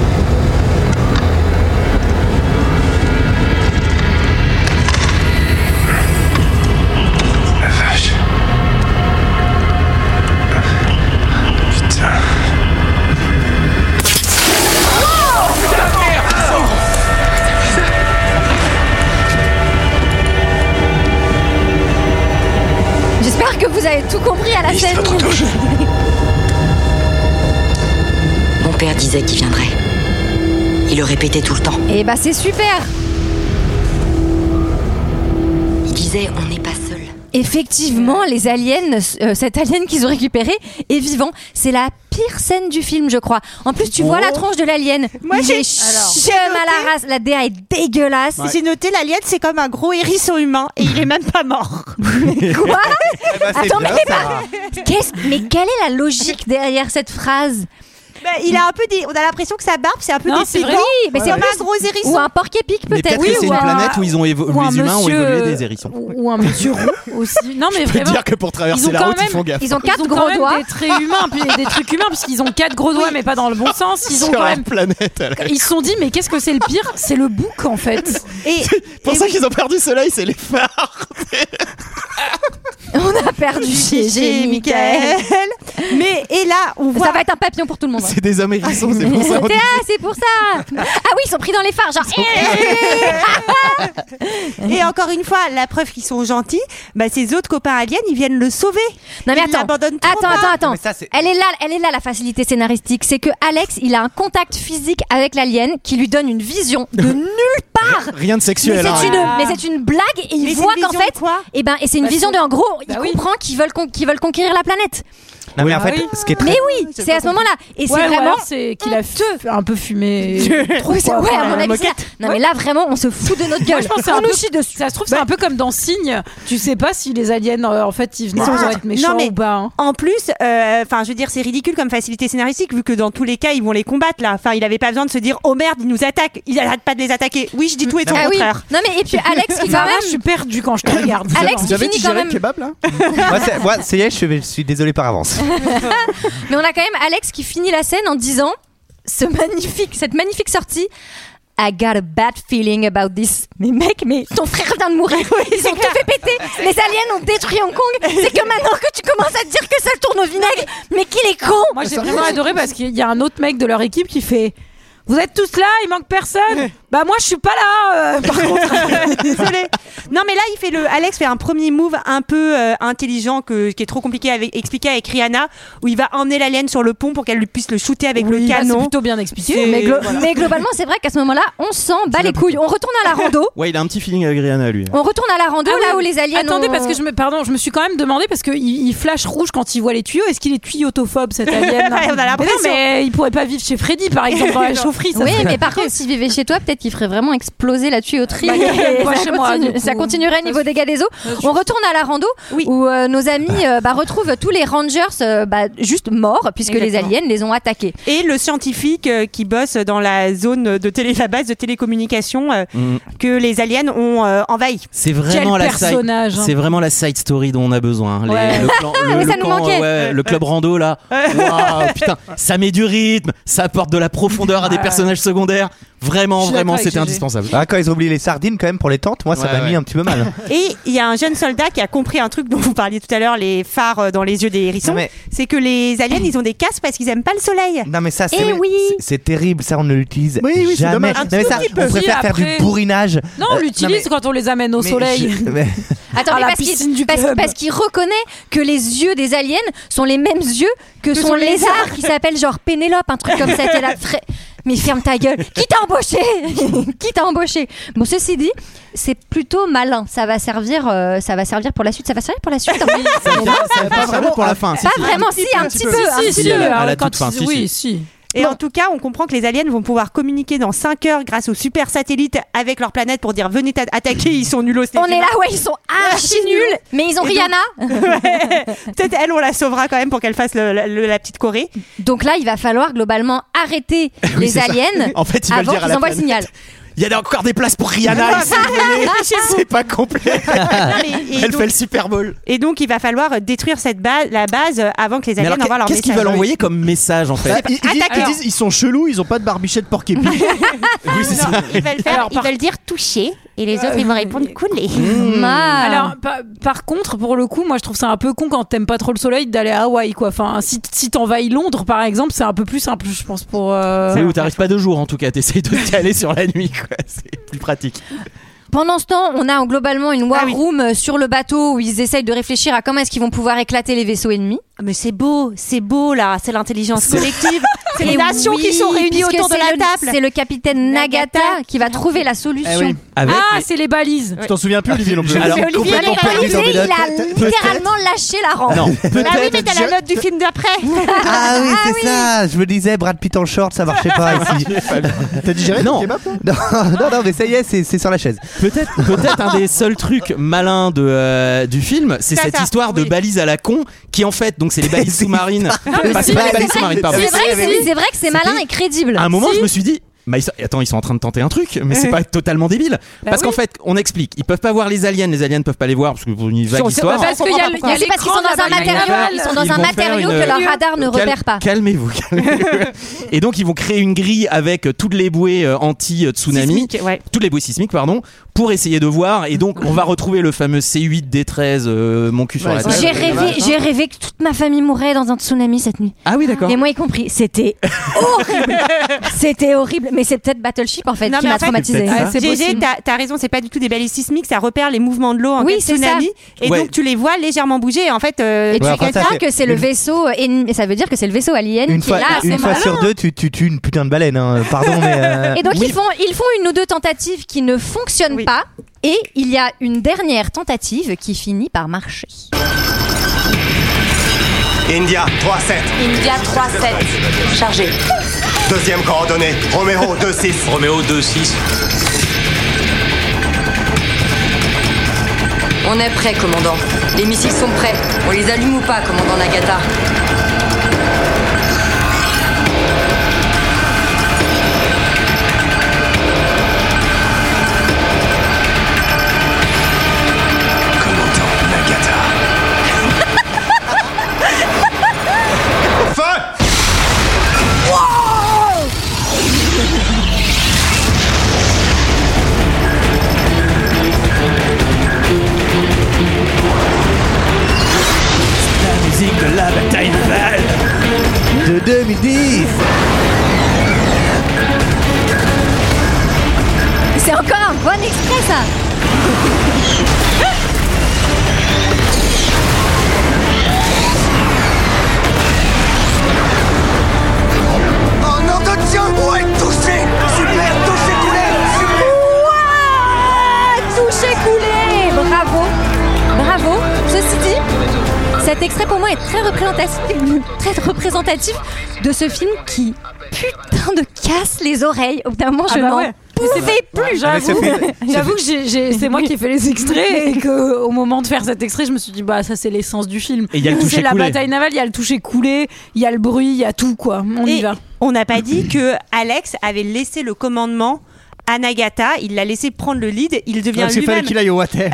La vache. Putain. J'espère que vous avez tout compris à la scène. Mon père disait qu'il viendrait. Il le répétait tout le temps. Et bah c'est super. Il disait on n'est pas seul. Effectivement, les aliens, euh, cet alien qu'ils ont récupéré est vivant. C'est la pire scène du film, je crois. En plus, tu Oh. vois la tronche de l'alien. Moi, Il j'ai- est Alors, chum à la race. La D A est dégueulasse. J'ai noté l'alien, c'est comme un gros hérisson humain et il est même pas mort. Quoi bah, c'est Attends, bien, mais, ça. bah, qu'est-ce- mais quelle est la logique derrière cette phrase? Bah, il a un peu des, on a l'impression que sa barbe c'est un peu Non, des c'est piquants. vrai. Oui, mais c'est comme en un plus- gros hérisson. Ou un porc-épic Mais peut-être. peut-être que c'est ou une un- planète où ils ont évo- ou où un les humains ont monsieur, évolué euh, des hérissons. Ou, ou un monsieur roux aussi. Non, mais Je peux vraiment. dire que pour traverser ils ont la quand route, ils même- font gaffe. Ils ont quatre Ils ont gros quand même doigts. des traits humains, puis des trucs humains, puisqu'ils ont quatre gros doigts, mais pas dans le bon sens. Ils ont Sur quand leur même. planète. à la- Ils se sont dit, mais qu'est-ce que c'est le pire? C'est le bouc en fait. Et Pour ça qu'ils ont perdu le soleil, c'est les phares. On a perdu G G, G Michael. Michael. Mais et là, on voit. Ça va être un papillon pour tout le monde. C'est des hommes hérissons, c'est pour ça. on dit- Ah, c'est pour ça. Ah oui, ils sont pris dans les phares, genre. Et encore une fois, la preuve qu'ils sont gentils, bah ces autres copains aliens, ils viennent le sauver. Non mais Ils attends, l'abandonnent trop attends, pas. attends, attends. Mais ça, c'est- Elle est là, elle est là la facilité scénaristique, c'est que Alex, il a un contact physique avec l'alien qui lui donne une vision de nulle part. Rien de Mais sexuel. hein. c'est une, mais c'est une blague et il Mais c'est voit une qu'en vision fait, de quoi et ben, et c'est une Bah, vision c'est- de, en gros, il Bah oui. comprend qu'ils veulent, con- qu'ils veulent conquérir la planète. Non, mais en Ah fait, oui. ce qui est très. Mais oui, c'est à ce moment-là. Et c'est Ouais, ou vraiment. alors c'est qu'il a f- un peu fumé. trop, Ouais, c'est- quoi, ouais, à enfin, mon la avis, c'est ça. moquette. Non, mais là, vraiment, on se fout de notre gueule. Moi, je pense que c'est on un nous peu- chie dessus. Ça se trouve, c'est un peu comme dans Signe. Tu sais pas si les aliens, euh, en fait, ils venaient pour être méchants Non, mais ou pas. hein. en plus, enfin, je veux dire, c'est ridicule comme facilité scénaristique vu que dans tous les cas, ils vont les combattre là. Enfin, il avait pas besoin de se dire, oh merde, ils nous attaquent. Ils arrêtent pas de les attaquer. Oui, je dis tout et son Ah oui. contraire. Non, mais et puis Alex qui quand Sarah, même. je suis perdue quand je te regarde. Alex Vous qui avez finit digéré quand le même. kebab là? Moi, c'est- moi, ça y est, je suis, je suis désolé par avance. Mais on a quand même Alex qui finit la scène en disant ce magnifique, cette magnifique sortie. I got a bad feeling about this. Mais mec, mais ton frère vient de mourir. Ils ont tout fait péter. Les aliens ont détruit Hong Kong. C'est que maintenant que tu commences à te dire que ça tourne au vinaigre, mais qu'il est con. Moi, j'ai vraiment adoré parce qu'il y a un autre mec de leur équipe qui fait. Vous êtes tous là, il manque personne. Bah moi je suis pas là. euh, par contre. Désolé. Non, mais là, il fait le. Alex fait un premier move un peu euh, intelligent que, qui est trop compliqué à avec- expliquer avec Rihanna, où il va emmener l'alien sur le pont pour qu'elle lui puisse le shooter avec Oui, le bah, canon. c'est plutôt bien expliqué. C'est- Mais, glo- voilà. mais globalement, c'est vrai qu'à ce moment-là, on s'en bat les couilles. On retourne à la rando. Ouais, il a un petit feeling avec Rihanna, lui. On retourne à la rando Ah là oui. où les aliens. Attendez, ont- parce que je me, pardon, je me suis quand même demandé parce que il, il flash rouge quand il voit les tuyaux. Est-ce qu'il est tuyotophobe cet alien? On a l'impression. Mais non, mais il pourrait pas vivre chez Freddy par exemple dans la chaufferie. Ça Oui, serait mais par compliqué. contre, s'il vivait chez toi, peut-être qu'il ferait vraiment exploser la tuyauterie. Bah, il y a Et pas ça, chez moi, continue- du coup. ça continuerait niveau dégâts des eaux. On retourne à la rando Oui. où euh, nos amis euh, bah, retrouvent tous les rangers euh, bah, juste morts puisque Exactement. les aliens les ont attaqués. Et le scientifique euh, qui bosse dans la zone de télé, la base de télécommunication euh, Mm. que les aliens ont euh, envahi. C'est vraiment Quel la side, personnage, hein. c'est vraiment la side story dont on a besoin. Les- Ouais. le, clan- le- mais le ça nous camp, manquait. euh, ouais, le club rando là. Waouh, putain, ça met du rythme, ça apporte de la profondeur à des personnages secondaires. Vraiment, Je suis vraiment, d'accord avec c'était G G. indispensable. Ah, quand ils ont oublié les sardines, quand même, pour les tentes, moi, ça Ouais, m'a ouais. mis un petit peu mal. Et il y a un jeune soldat qui a compris un truc dont vous parliez tout à l'heure, les phares euh, dans les yeux des hérissons. Non, mais- C'est que les aliens, ils ont des casques parce qu'ils aiment pas le soleil. Non, mais ça, c'est Eh oui. c'est- c'est terrible, ça, on ne l'utilise Oui, oui, c'est jamais. dommage. Non, Un mais tout ça, petit peu. on préfère Si, faire après- du bourrinage. Non, on Euh, l'utilise mais- quand on les amène au mais soleil. je- mais- Attends, À mais la parce piscine qu'il du parce, club. parce qu'il reconnaît que les yeux des aliens sont les mêmes yeux que, son son lézard qui s'appelle genre Pénélope, un truc comme ça. T'es là, fra- Mais ferme ta gueule. Qui t'a embauché? Qui t'a embauché? Bon, ceci dit, c'est plutôt malin. Ça va servir, euh, ça va servir pour la suite. Ça va servir pour la suite. hein. Ça pas vraiment pour la fin. si, Pas si. vraiment, si, un petit peu. un Si, petit si, si, à la- alors, à la quand toute fin, ils- si, oui, si. si. Et en tout cas, on comprend que les aliens vont pouvoir communiquer dans cinq heures grâce aux super satellites avec leur planète pour dire venez t'a- attaquer, ils sont nulos. On est là, ouais, ils sont archi nuls, mais ils ont Et donc- Rihanna. Ouais. Peut-être elle, on la sauvera quand même pour qu'elle fasse le- le- la petite Corée. Donc là, il va falloir globalement arrêter Oui, les c'est ça. aliens En fait, ils veulent avant dire à qu'ils la envoient le planète. signal. Il y a encore des places pour Rihanna ici, venez. C'est pas complet. Non, mais- et Elle donc- fait le Super Bowl. Et donc, il va falloir détruire cette base, la base avant que les Mais aliens alors, envoient leur qu'est-ce qu'ils message. veulent envoyer comme message en fait? Bah, ils, ils disent, Attaquer. ils disent, ils sont chelous, ils ont pas de barbichette porc épic. Oui, c'est ça. Ils veulent, faire, Alors, ils par- veulent dire toucher et les autres ils vont répondre couler. Mal. Alors, par, par contre, pour le coup, moi je trouve ça un peu con quand t'aimes pas trop le soleil d'aller à Hawaï, quoi. Enfin, si, si t'envahis Londres, par exemple, c'est un peu plus simple, je pense, pour. euh, C'est où t'arrives pas de jour en tout cas, t'essayes de te caler sur la nuit, quoi. C'est plus pratique. Pendant ce temps, on a globalement une war Ah oui. room euh, sur le bateau où ils essayent de réfléchir à comment est-ce qu'ils vont pouvoir éclater les vaisseaux ennemis. Mais c'est beau, c'est beau là, c'est l'intelligence collective. C'est les Et nations oui, qui sont réunies puisque autour de c'est la le- table. C'est le capitaine Nagata qui va trouver la solution. Eh oui. Avec Ah, les- c'est les balises. Tu t'en souviens plus, Olivier non plus. Alors, Olivier, complètement il a perdu dans mes Il a notes. littéralement lâché la rampe. Non, Ah oui, mais t'as je- la note du film d'après. Ah oui, c'est ça. Je me disais, Brad Pitt en short, ça marchait pas ici. T'as digéré Non. ton kebab toi Non, non, non, mais ça y est, c'est c'est sur la chaise. peut-être peut-être un des seuls trucs malins de, euh, du film, c'est Ça, cette ça, histoire de oui. balises à la con qui en fait, donc c'est les balises sous-marines. mais Pas si, c'est pas mais les balises c'est sous-marines, pardon. C'est vrai, que c'est- c'est vrai que c'est malin et crédible. À un moment, Si. je me suis dit, bah, ils sont- attends, ils sont en train de tenter un truc, mais c'est pas totalement débile. Bah parce oui. qu'en fait, on explique, ils peuvent pas voir les aliens, les aliens ne peuvent pas les voir parce que pour une vague Sur- histoire. bah, Parce qu'il y a, il y a Mais c'est parce qu'ils l'écran sont dans de un la matériau, bagnole. ils sont dans Ils un vont matériau faire que une- leur radar ne Cal- repère pas. Calmez-vous. calmez-vous. Et donc ils vont créer une grille avec euh, toutes les bouées euh, anti-tsunami, Sismique, ouais. toutes les bouées sismiques, pardon, pour essayer de voir. Et donc on va retrouver le fameux C huit D treize, euh, mon cul sur Ouais, la c'est- tête. J'ai rêvé, j'ai rêvé que toute ma famille mourrait dans un tsunami cette nuit. Ah oui, d'accord. Et moi y compris. C'était horrible. C'était horrible. Mais c'est peut-être Battleship en fait Non, qui mais m'a en fait, traumatisée. c'est peut-être ça. c'est G G, possible. t'as t'as raison, c'est pas du tout des balises sismiques, ça repère les mouvements de l'eau en Oui, cas de c'est tsunami. Et Ouais. donc tu les vois légèrement bouger. Et en fait, euh, Et tu tu Ouais, après, ça, comprends c'est- que c'est le une- vaisseau ennemi. Et ça veut dire que c'est le vaisseau alien Une qui fois, est là. une c'est fois malin. sur deux, tu, tu tues une putain de baleine. Hein. Pardon, mais. euh, Et donc oui. ils font ils font une ou deux tentatives qui ne fonctionnent Oui. pas. Et il y a une dernière tentative qui finit par marcher. India trois sept. India trois sept. Chargé. Deuxième coordonnée. Romero deux six. Roméo deux six. On est prêt, commandant. Les missiles sont prêts. On les allume ou pas, commandant Nagata? Commandant Nagata. Feu! La musique de la bataille navale. De deux mille dix. C'est encore un bon extrait ça. Oh nom de Dieu! Ouais, touché! Super, touché, coulé! Ouah, touché coulé. Bravo, bravo. Ceci dit, cet extrait pour moi est très représentatif, très représentatif de ce film qui putain de casse les oreilles. Au bout d'un moment, Ah je bah n'en ouais. pouvais plus. J'avoue, Mais c'est- j'avoue que j'ai, j'ai- c'est moi qui ai fait les extraits et qu'au moment de faire cet extrait, je me suis dit bah ça c'est l'essence du film. Et il y a le toucher C'est la coulé. bataille navale, il y a le toucher coulé, il y a le bruit, il y a tout quoi. On y Et va. on n'a pas dit que Alex avait laissé le commandement à Nagata. Il l'a laissé prendre le lead. Il devient Parce qu'il fallait lui-même. qu'il aille au water.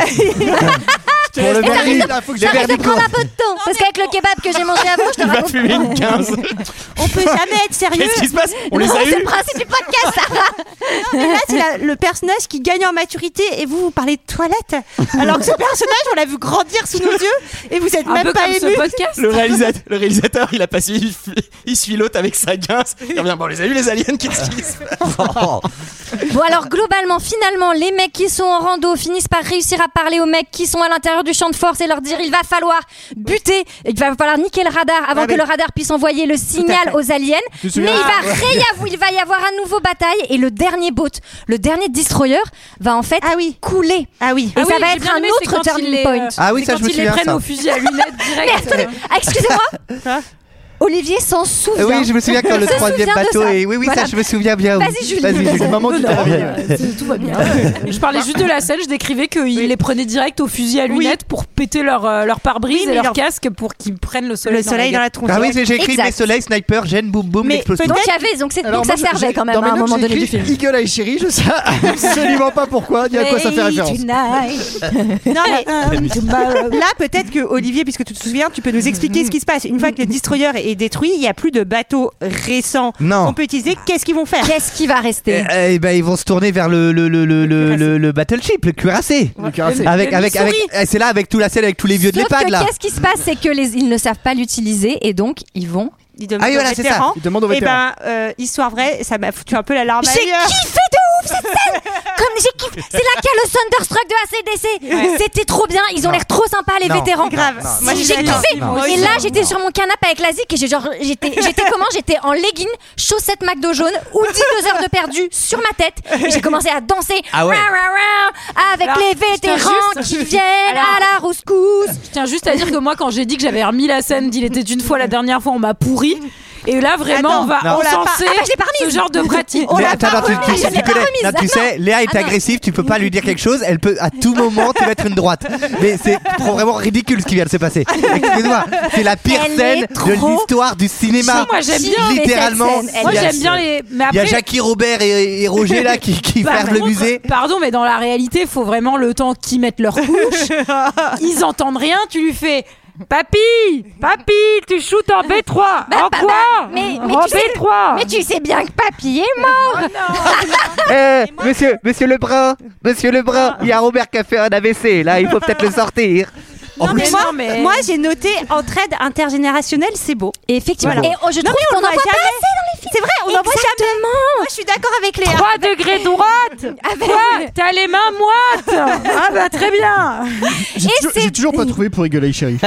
Pour le Et t'arrêtes vernis. de- Là, faut que Le t'arrêtes de vernis prendre court. un peu de temps. Parce qu'avec le kebab que j'ai mangé avant, je te Il va raconte. fumer une quinze. On peut jamais être sérieux. Qu'est-ce qui se passe? On les Non, a c'est eus. le principe du podcast, Sarah. Non, mais là, c'est la- le personnage qui gagne en maturité et vous, vous parlez de toilette. Alors que ce personnage, on l'a vu grandir sous nos yeux et vous êtes Un même peu pas comme ému. ce podcast. Le réalisateur, le réalisateur, il a passé, il, f- il suit l'autre avec sa guince. Il revient, bon, on les a eu les aliens, qu'est-ce qui se passe? Bon alors globalement, finalement, les mecs qui sont en rando finissent par réussir à parler aux mecs qui sont à l'intérieur du champ de force et leur dire il va falloir buter, il va falloir niquer le radar avant Ah que oui. le radar puisse envoyer le signal aux aliens. Tu te Mais souviens il va, Ah, ouais. réav- il va y avoir un nouveau bataille et le dernier boat, le dernier destroyer va en fait Ah oui. couler. Ah oui. Et Ah ça oui, va j'ai être bien un aimé, c'est autre quand ils turning les, point. euh, Ah oui, c'est ça, quand je me ils les souviens, prennent ça. au fusil à lunettes Mais direct. attendez, ah, excusez-moi. Olivier s'en souvient. Oui, je me souviens quand le Se troisième souvient de bateau ça. est. Oui, oui, Voilà. ça, je me souviens bien. oui. Vas-y, Julie. Vas-y, Julie. C'est maman qui t'a remis. Tout va bien. Je parlais juste de la scène, je décrivais qu'ils les prenaient direct au fusil à lunettes pour péter leur, euh, leur pare-brise Oui, et mais leur leur- casque pour qu'ils prennent le soleil, Le soleil dans la tronche. Ah oui, j'ai écrit Exact. mes soleils, sniper, gêne, boum boum, Mais l'explosion. Donc, il y avait, donc, c'est- Alors, donc ça moi, je- servait j'ai- quand même dans mes à un notes, moment j'ai donné du écrit film. Eagle Eye Chérie, je sais absolument pas pourquoi, ni à quoi ça fait Hey, référence. tonight. Non, mais là, peut-être que Olivier, puisque tu te souviens, tu peux nous expliquer ce qui se passe. Une fois que le destroyer est détruit, il n'y a plus de bateaux récents Non. qu'on peut utiliser. Qu'est-ce qu'ils vont faire? Qu'est-ce qui va rester? Eh eh ben, ils vont se tourner vers le le le le le, le, le battleship, le cuirassé. Le cuirassé. Avec Le avec avec. Missouri. eh, C'est là avec tout la scène avec tous les vieux de Sauf l'EHPAD que là. qu'est-ce qui se passe, c'est que les, ils ne savent pas l'utiliser et donc ils vont Il demande Ah oui, aux voilà, c'est ça. vétérans. Il demande aux Et vétérans. ben, euh, histoire vraie, ça m'a foutu un peu la larme à J'ai l'œil. kiffé de ouf cette scène. Comme j'ai kiffé. C'est là qu'il y a le Thunderstruck de A C D C. Ouais. C'était trop bien. Ils ont Non. l'air trop sympas les Non. vétérans. Grave. Non. Moi, j'ai j'ai kiffé. Non. Et là, j'étais sur mon canapé avec la zik et j'ai genre, j'étais, j'étais comment J'étais en legging, chaussettes McDo jaune, hoodie deux heures de perdu sur ma tête. Et j'ai commencé à danser. Ah ouais. Ra, ra, ra, avec Alors, les je tiens vétérans juste- qui viennent Alors- à la rouscousse. Je tiens juste à dire que moi, quand j'ai dit que j'avais remis la scène d'Il était une fois la dernière fois, on m'a pourri. Et là, vraiment, Attends, on va non. On l'a pas- encenser Ah bah, je l'ai pas ce remise. genre de pratique. On Mais l'a attends, pas attends, tu, remise, tu- je tu l'ai pas connais, remise. non, tu Ah sais, Léa est Ah non. agressive, tu peux pas lui dire quelque chose, elle peut à tout moment te mettre une droite. Mais c'est vraiment ridicule ce qui vient de se passer. Excuse-moi, c'est la pire Elle scène est de trop l'histoire du cinéma. Moi, j'aime bien kiffé littéralement. cette scène. Moi, il y a- j'aime bien les. Mais Il y a après, Jackie Robert et, et Roger là qui, qui Bah, ferment par le contre, musée. Pardon, mais dans la réalité, il faut vraiment le temps qu'ils mettent leur couche. Ils entendent rien, tu lui fais Papy, papy, tu shootes en B trois. Bah, en bah, quoi bah, mais- mais En tu sais- B trois. Mais tu sais bien que papy est mort. Eh, monsieur, monsieur Lebrun, monsieur Lebrun, il y a Robert qui a fait un A V C, là, il faut peut-être le sortir. Non, mais Mais moi, non, mais- moi j'ai noté entraide intergénérationnelle, c'est beau. Et effectivement. Voilà. Et oh, je Non, trouve mais on qu'on le en voit voit pas jamais. assez dans les films. C'est vrai, on en voit jamais. Moi, je suis d'accord avec Léa. trois degrés droite. Quoi T'as les mains moites. Ah bah très bien. J'ai toujours, c'est- j'ai toujours pas trouvé pour rigoler, chérie.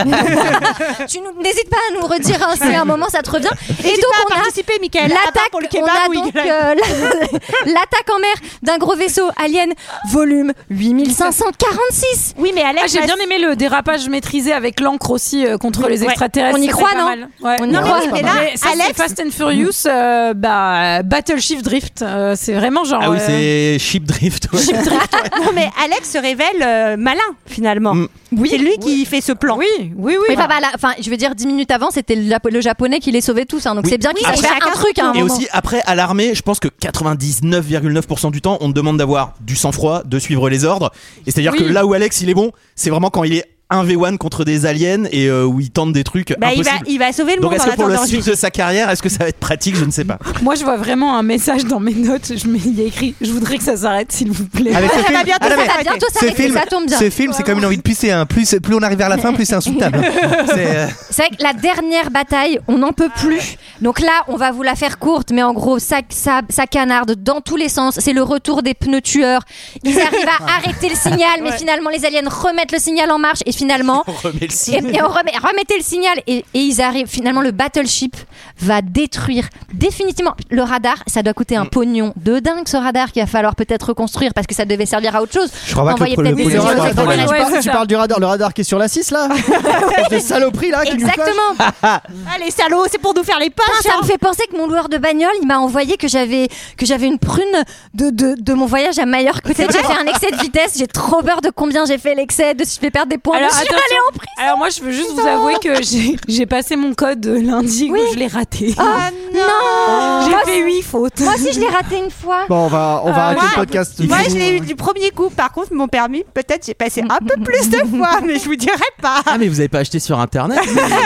Tu nous- n'hésites pas à nous redire hein, si à un moment ça te revient. Et N'hésite donc pas on à a participer, Mickaël, à part l'attaque, pour le on kebab a où il donc gueule. euh, la- l'attaque en mer d'un gros vaisseau alien, volume huit mille cinq cent quarante-six. Oui, mais Alex, Ah, j'ai bien aimé le dérapage maîtrisé avec l'encre aussi euh, contre les Ouais. extraterrestres. On y Ça, croit, c'est pas non mal. Ouais. On y Non, croit. mais Mais là, mais ça, Alex- c'est Fast and Furious, euh, bah, Battleship Drift. euh, c'est vraiment genre. Ah oui, euh, c'est Ship Drift. ouais. non, mais Alex se révèle euh, malin finalement. Mm. C'est lui qui fait ce plan. Oui, oui, oui. Mais pas mal. Enfin, je veux dire, dix minutes avant, c'était le, Jap- le japonais qui les sauvait tous. hein, donc Oui. c'est bien qu'il Oui, sache et faire chacun un truc à un Et moment. aussi, après, à l'armée, je pense que quatre-vingt-dix-neuf virgule neuf pour cent du temps, on te demande d'avoir du sang-froid, de suivre les ordres. Et c'est-à-dire Oui. que là où Alex, il est bon, c'est vraiment quand il est un v un contre des aliens et euh, où il tente des trucs Bah, il va, impossibles. il va sauver le Donc monde est-ce en que pour le attendant. suite de sa carrière, est-ce que ça va être pratique? Je ne sais pas. Moi, je vois vraiment un message dans mes notes. Je mets, il y a écrit Je voudrais que ça s'arrête, s'il vous plaît. Avec ce Ça film, va bientôt ah non, mais Ça va bientôt ce s'arrêter, film, ça tombe bien. ce film, c'est comme une envie de pisser. Hein. Plus, plus on arrive vers la fin, plus c'est insoutenable. C'est, euh, C'est vrai que la dernière bataille, on n'en peut plus. Donc là, on va vous la faire courte, mais en gros, ça, ça, ça canarde dans tous les sens. C'est le retour des pneus tueurs. Ils arrivent à arrêter le signal, mais finalement, les aliens remettent le signal en marche. Et finalement, On remet le et, signe. et on remet, remettez le signal et, et ils arrivent. Finalement, le battleship va détruire définitivement le radar. Ça doit coûter un pognon de dingue, ce radar qu'il va falloir peut-être reconstruire parce que ça devait servir à autre chose. Je crois pas que Envoyer le- le peut-être des pognon signaux soit aux un problème. extraterrestres. tu, Ouais, parles, c'est tu ça. parles du radar, le radar qui est sur la six là. Des saloperies là qui nous fâchent. Exactement. Allez, salauds, c'est pour nous faire les Putain, poches. ça hein. me fait penser que mon loueur de bagnole, il m'a envoyé que j'avais que j'avais une prune de, de, de mon voyage à Majorque. Peut-être j'ai fait un excès de vitesse. J'ai trop peur de combien j'ai fait l'excès, de si je vais perdre des points. Alors, de si je vais attention. aller en prison. Alors, moi, je veux juste vous avouer que j'ai, j'ai passé mon code lundi, Oui. que je l'ai raté. Ah non. J'ai Moi, fait huit fautes. moi aussi, je l'ai raté une fois. Bon, on va, on va Euh, arrêter moi- le podcast. Moi, je l'ai eu du premier coup. Par contre, mon permis, peut-être j'ai passé un peu plus de fois, mais je vous dirai pas. Ah, mais vous avez pas acheté sur internet?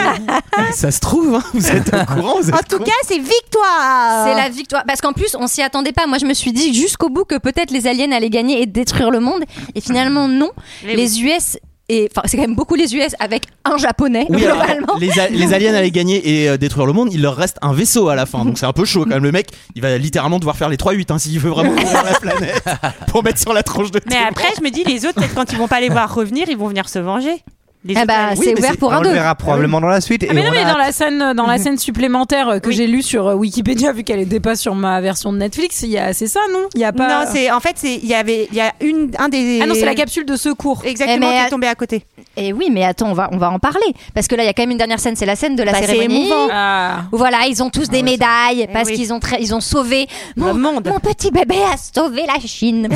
Ça se trouve, hein, vous êtes au courant. Vous êtes En tout con. cas, c'est victoire. C'est la victoire. Parce qu'en plus, on s'y attendait pas. Moi, je me suis dit jusqu'au bout que peut-être les aliens allaient gagner et détruire le monde. Et finalement, non. Mais les U S. Et enfin, c'est quand même beaucoup les U S avec un japonais Oui, alors, globalement. les, a- les aliens allaient gagner et euh, détruire le monde, il leur reste un vaisseau à la fin, donc c'est un peu chaud quand même. Le mec, il va littéralement devoir faire les trois huit hein, s'il veut vraiment ouvrir la planète pour mettre sur la tranche de Mais témoin. après, je me dis, les autres, peut-être quand ils vont pas les voir revenir, ils vont venir se venger. Les Ah autres, bah, elles- c'est mais ouvert c'est- pour on un le deux. verra probablement dans la suite. Ah, et mais non, on mais a dans la scène, dans la scène supplémentaire euh, que j'ai lue sur euh, Wikipédia, vu qu'elle était pas sur ma version de Netflix, il y a, c'est ça, non? Il y a pas. Non, c'est en fait, c'est il y avait il y a une un des. Ah non, c'est la capsule de secours. Exactement, Eh, mais- qui est tombée à côté. Et oui, mais attends, on va, on va en parler. Parce que là, il y a quand même une dernière scène, c'est la scène de la Bah, c'est cérémonie. émouvant. Ah. Où voilà, ils ont tous des médailles parce oui. qu'ils ont, tra- ils ont sauvé mon, Le monde. mon petit bébé a sauvé la Chine.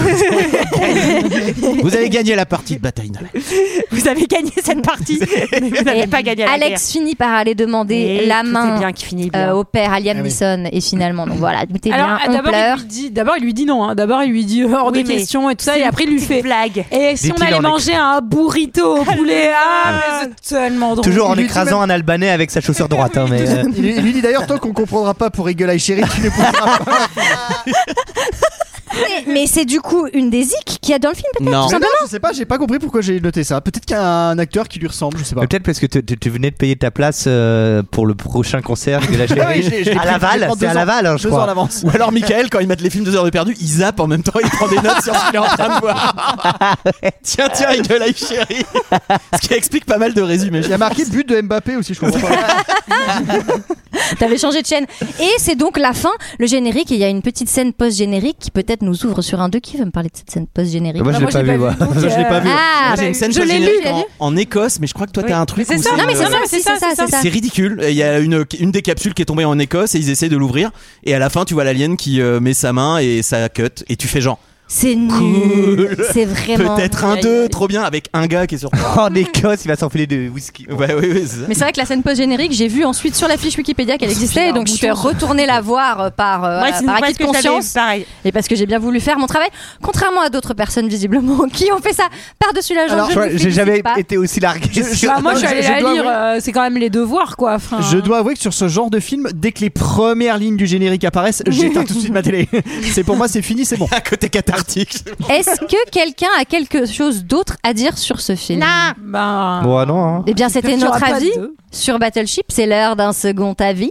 Vous avez gagné la partie de bataille navale. Vous avez gagné cette partie, mais vous n'avez Et pas gagné à la Alex finit par aller demander Et la tout main est bien qui finit bien. euh, au père à Liam Ah oui. Neeson. Et finalement, donc voilà, tout est Alors, bien, ah, on d'abord, pleure. il lui dit, d'abord, il lui dit non. hein. D'abord, il lui dit euh, hors Oui, de mais question et tout ça. c'est Et une après, il lui petite fait blague. Et si Des on piles allait en manger un burrito au poulet? Ah, mais c'est tellement drôle. Toujours en Il lui dit écrasant un Albanais avec sa chaussure droite. Hein, mais, euh, Il, lui- il lui dit d'ailleurs, toi qu'on comprendra pas pour Eagle Eye Chérie, tu ne comprendras pas. mais, mais c'est du coup une des zik qu'il y a dans le film, peut-être Non. tout Mais simplement. non, je sais pas, j'ai pas compris pourquoi j'ai noté ça. Peut-être qu'il y a un acteur qui lui ressemble, je sais pas. Peut-être parce que tu, tu- tu venais de payer ta place euh, pour le prochain concert de la Ah oui, chérie. je l'ai- je l'ai À pris- je Laval, l'ai pris c'est deux à ans- Laval, hein, je deux ans crois. en avance. Ou alors Michael, quand ils mettent les films deux heures de perdu, il zappe en même temps, il prend des notes sur ce qu'il est en train de voir. Tiens, tiens, Eagle Eye Chérie. Ce qui explique pas mal de résumés. Il y a marqué but de Mbappé aussi, je comprends pas. T'avais changé de chaîne. Et c'est donc la fin, le générique. Et il y a une petite scène post-générique qui peut-être nous ouvre sur un deux. Qui veut me parler de cette scène post-générique? Moi, je l'ai pas vu, moi. donc, Je l'ai pas vu. Ah, Moi, j'ai une scène je l'ai lu. post-générique en, en Écosse, mais je crois que toi t'as un truc. c'est où ça. Non, mais c'est euh, ça, c'est ça, c'est ça, c'est ça. C'est ridicule. Il y a une, une des capsules qui est tombée en Écosse et ils essayent de l'ouvrir. Et à la fin, tu vois l'alien qui euh, met sa main et ça cut. Et tu fais genre. C'est nul. Cool. C'est vraiment. Peut-être un deux, trop bien, avec un gars qui est sur. En Écosse, il va s'enfiler de whisky. Ouais, oui, oui, c'est ça. Mais c'est vrai que la scène post-générique, j'ai vu ensuite sur la fiche Wikipédia qu'elle existait, et donc je suis retournée la voir euh, par, euh, Ouais, c'est par une acquis de fois que je l'avais, conscience. pareil. Et parce que j'ai bien voulu faire mon travail, contrairement à d'autres personnes visiblement qui ont fait ça par-dessus la jambe. Alors, je je ne vois, vous j'ai félicite jamais pas. été aussi largué. sur- Bah, moi, je suis Je- allée je la dois lire. avouer- euh, c'est quand même les devoirs, quoi. Enfin, Je dois avouer que sur ce genre de film, dès que les premières lignes du générique apparaissent, j'éteins tout de suite ma télé. C'est pour moi, c'est fini, c'est bon. À côté cathartique. Est-ce que quelqu'un a quelque chose d'autre à dire sur ce film? Ben. Bon, non, hein. Eh bien, c'était Il y aura notre pas avis de- sur Battleship. C'est l'heure d'un second avis.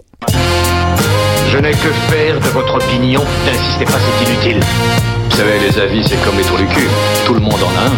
Je n'ai que faire de votre opinion. N'insistez pas, c'est inutile. Vous savez, les avis, c'est comme les trous du cul. Tout le monde en a un.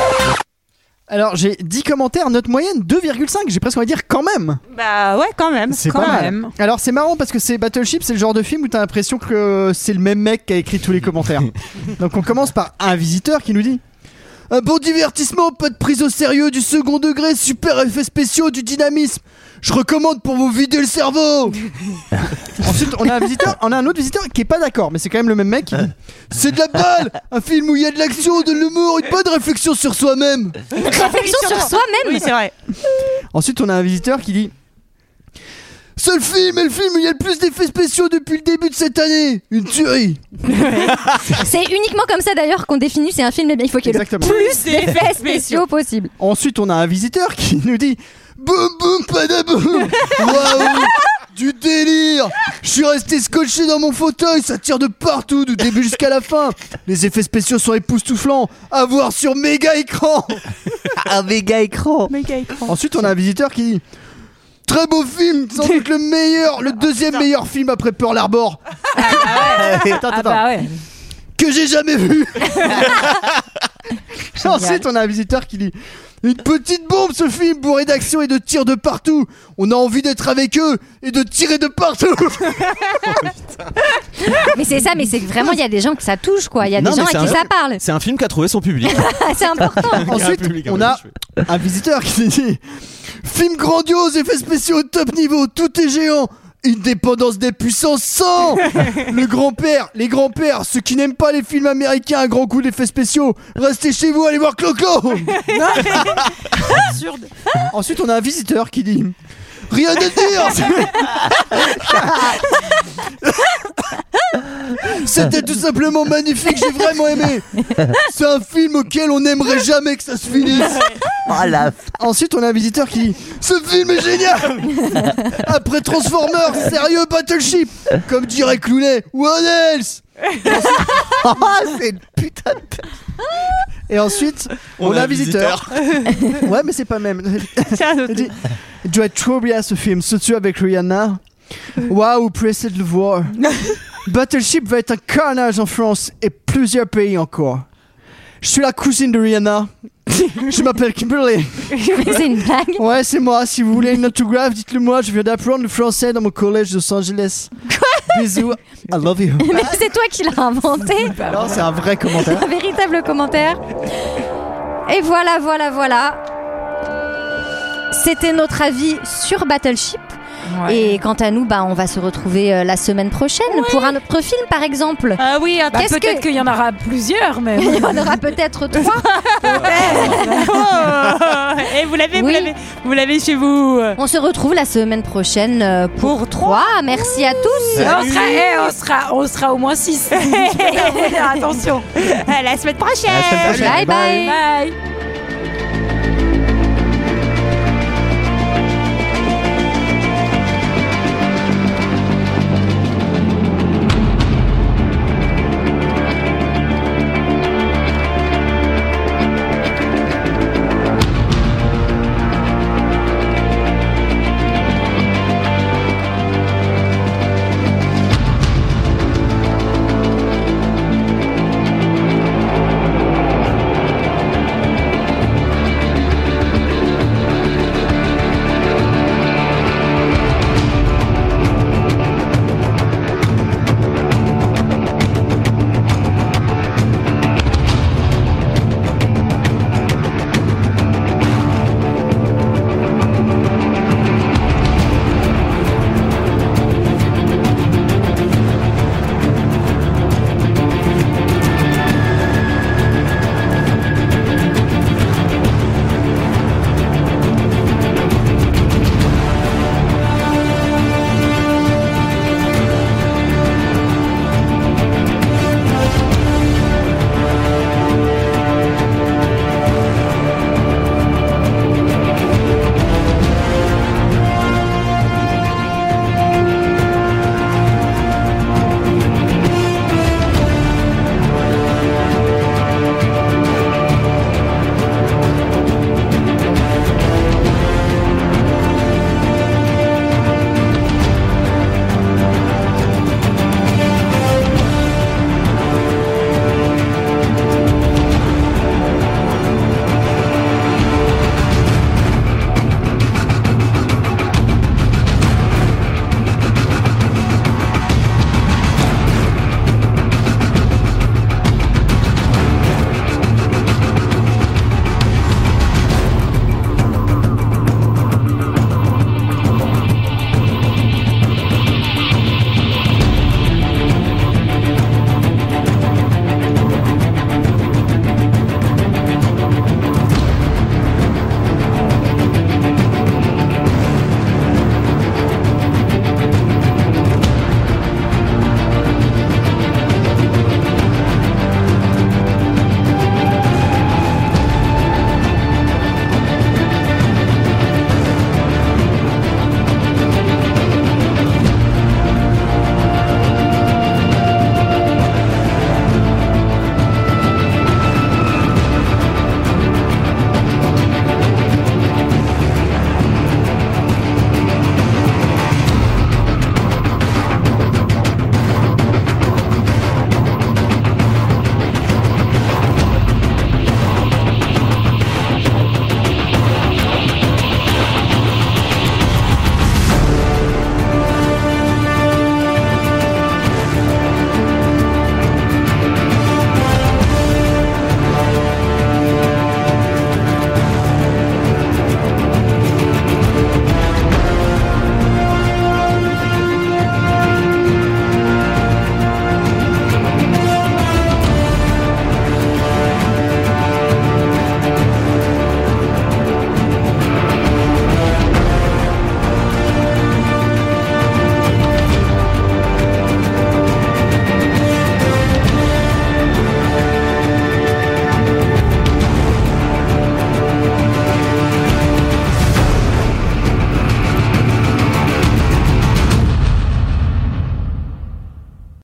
Alors, j'ai dix commentaires, note moyenne deux virgule cinq. J'ai presque envie de dire quand même. Bah ouais, quand même. C'est Quand pas mal. même. Alors, c'est marrant parce que c'est Battleship, c'est le genre de film où t'as l'impression que c'est le même mec qui a écrit tous les commentaires. Donc, on commence par un visiteur qui nous dit: un bon divertissement, pas de prise au sérieux, du second degré, super effets spéciaux, du dynamisme. Je recommande pour vous vider le cerveau. Ensuite, on a un visiteur, on a un autre visiteur qui est pas d'accord, mais c'est quand même le même mec qui dit: c'est de la balle, un film où il y a de l'action, de l'humour, une bonne réflexion sur soi-même. Une réflexion sur soi-même. Oui, c'est vrai. Ensuite, on a un visiteur qui dit: c'est le film et le film où il y a le plus d'effets spéciaux depuis le début de cette année. Une tuerie. C'est uniquement comme ça d'ailleurs qu'on définit c'est un film. Eh bien, il faut qu'il y ait Exactement. le plus d'effets spéciaux possible. Ensuite, on a un visiteur qui nous dit: boum boum padaboum. Waouh, du délire. Je suis resté scotché dans mon fauteuil, ça tire de partout du début jusqu'à la fin. Les effets spéciaux sont époustouflants. À voir sur méga écran. Un méga écran. Méga écran. Ensuite, on a un visiteur qui dit: très beau film, sans doute le meilleur, le deuxième meilleur film après Pearl Harbor. Attends, Ah attends. bah ouais. Que j'ai jamais vu. Ensuite, on a un visiteur qui dit: une petite bombe ce film, bourré d'action et de tirs de partout. On a envie d'être avec eux et de tirer de partout. Mais c'est ça, mais c'est que vraiment il y a des gens que ça touche quoi. Il y a Non, des mais gens à c'est qui un- ça parle. C'est un film qui a trouvé son public. C'est important. Ensuite, public, on hein, a je un visiteur qui dit: film grandiose, effets spéciaux au top niveau, tout est géant. Une dépendance des puissances cent. Le grand-père, les grands-pères, ceux qui n'aiment pas les films américains à grands coups d'effets spéciaux, restez chez vous, allez voir Clo-Clo. Absurde. Ensuite, on a un visiteur qui dit: rien à dire. C'était tout simplement magnifique, j'ai vraiment aimé. C'est un film auquel on n'aimerait jamais que ça se finisse. Oh la f- Ensuite, on a un visiteur qui dit: ce film est génial. Après Transformers, sérieux Battleship, comme dirait Clooney, what else. Oh, c'est une putain de. Et ensuite, on, a un visiteur. Ouais, mais c'est pas le même. Il dit: il doit être trop bien ce film, surtout avec Rihanna. Waouh, pressé de le voir. Battleship va être un carnage en France et plusieurs pays encore. Je suis la cousine de Rihanna. Je m'appelle Kimberly. C'est une blague. Ouais, c'est moi. Si vous voulez une autographe, dites-le moi. Je viens d'apprendre le français dans mon collège de Los Angeles. Bisous. I love you. Mais c'est toi qui l'as inventé. Non, c'est un vrai commentaire. Un véritable commentaire. Et voilà, voilà, voilà. C'était notre avis sur Battleship. Ouais. Et quant à nous, bah, on va se retrouver euh, la semaine prochaine pour un autre film, par exemple. Ah oui, Bah, Qu'est-ce peut-être que- qu'il y en aura plusieurs, mais. Il y en aura peut-être trois. Oh. Et vous l'avez, vous Oui. l'avez, vous l'avez chez vous. On se retrouve la semaine prochaine euh, pour, trois. Merci à tous. Et on sera, eh, on sera, on sera au moins six. Attention. À la semaine prochaine. À la semaine prochaine. Bye bye. Bye.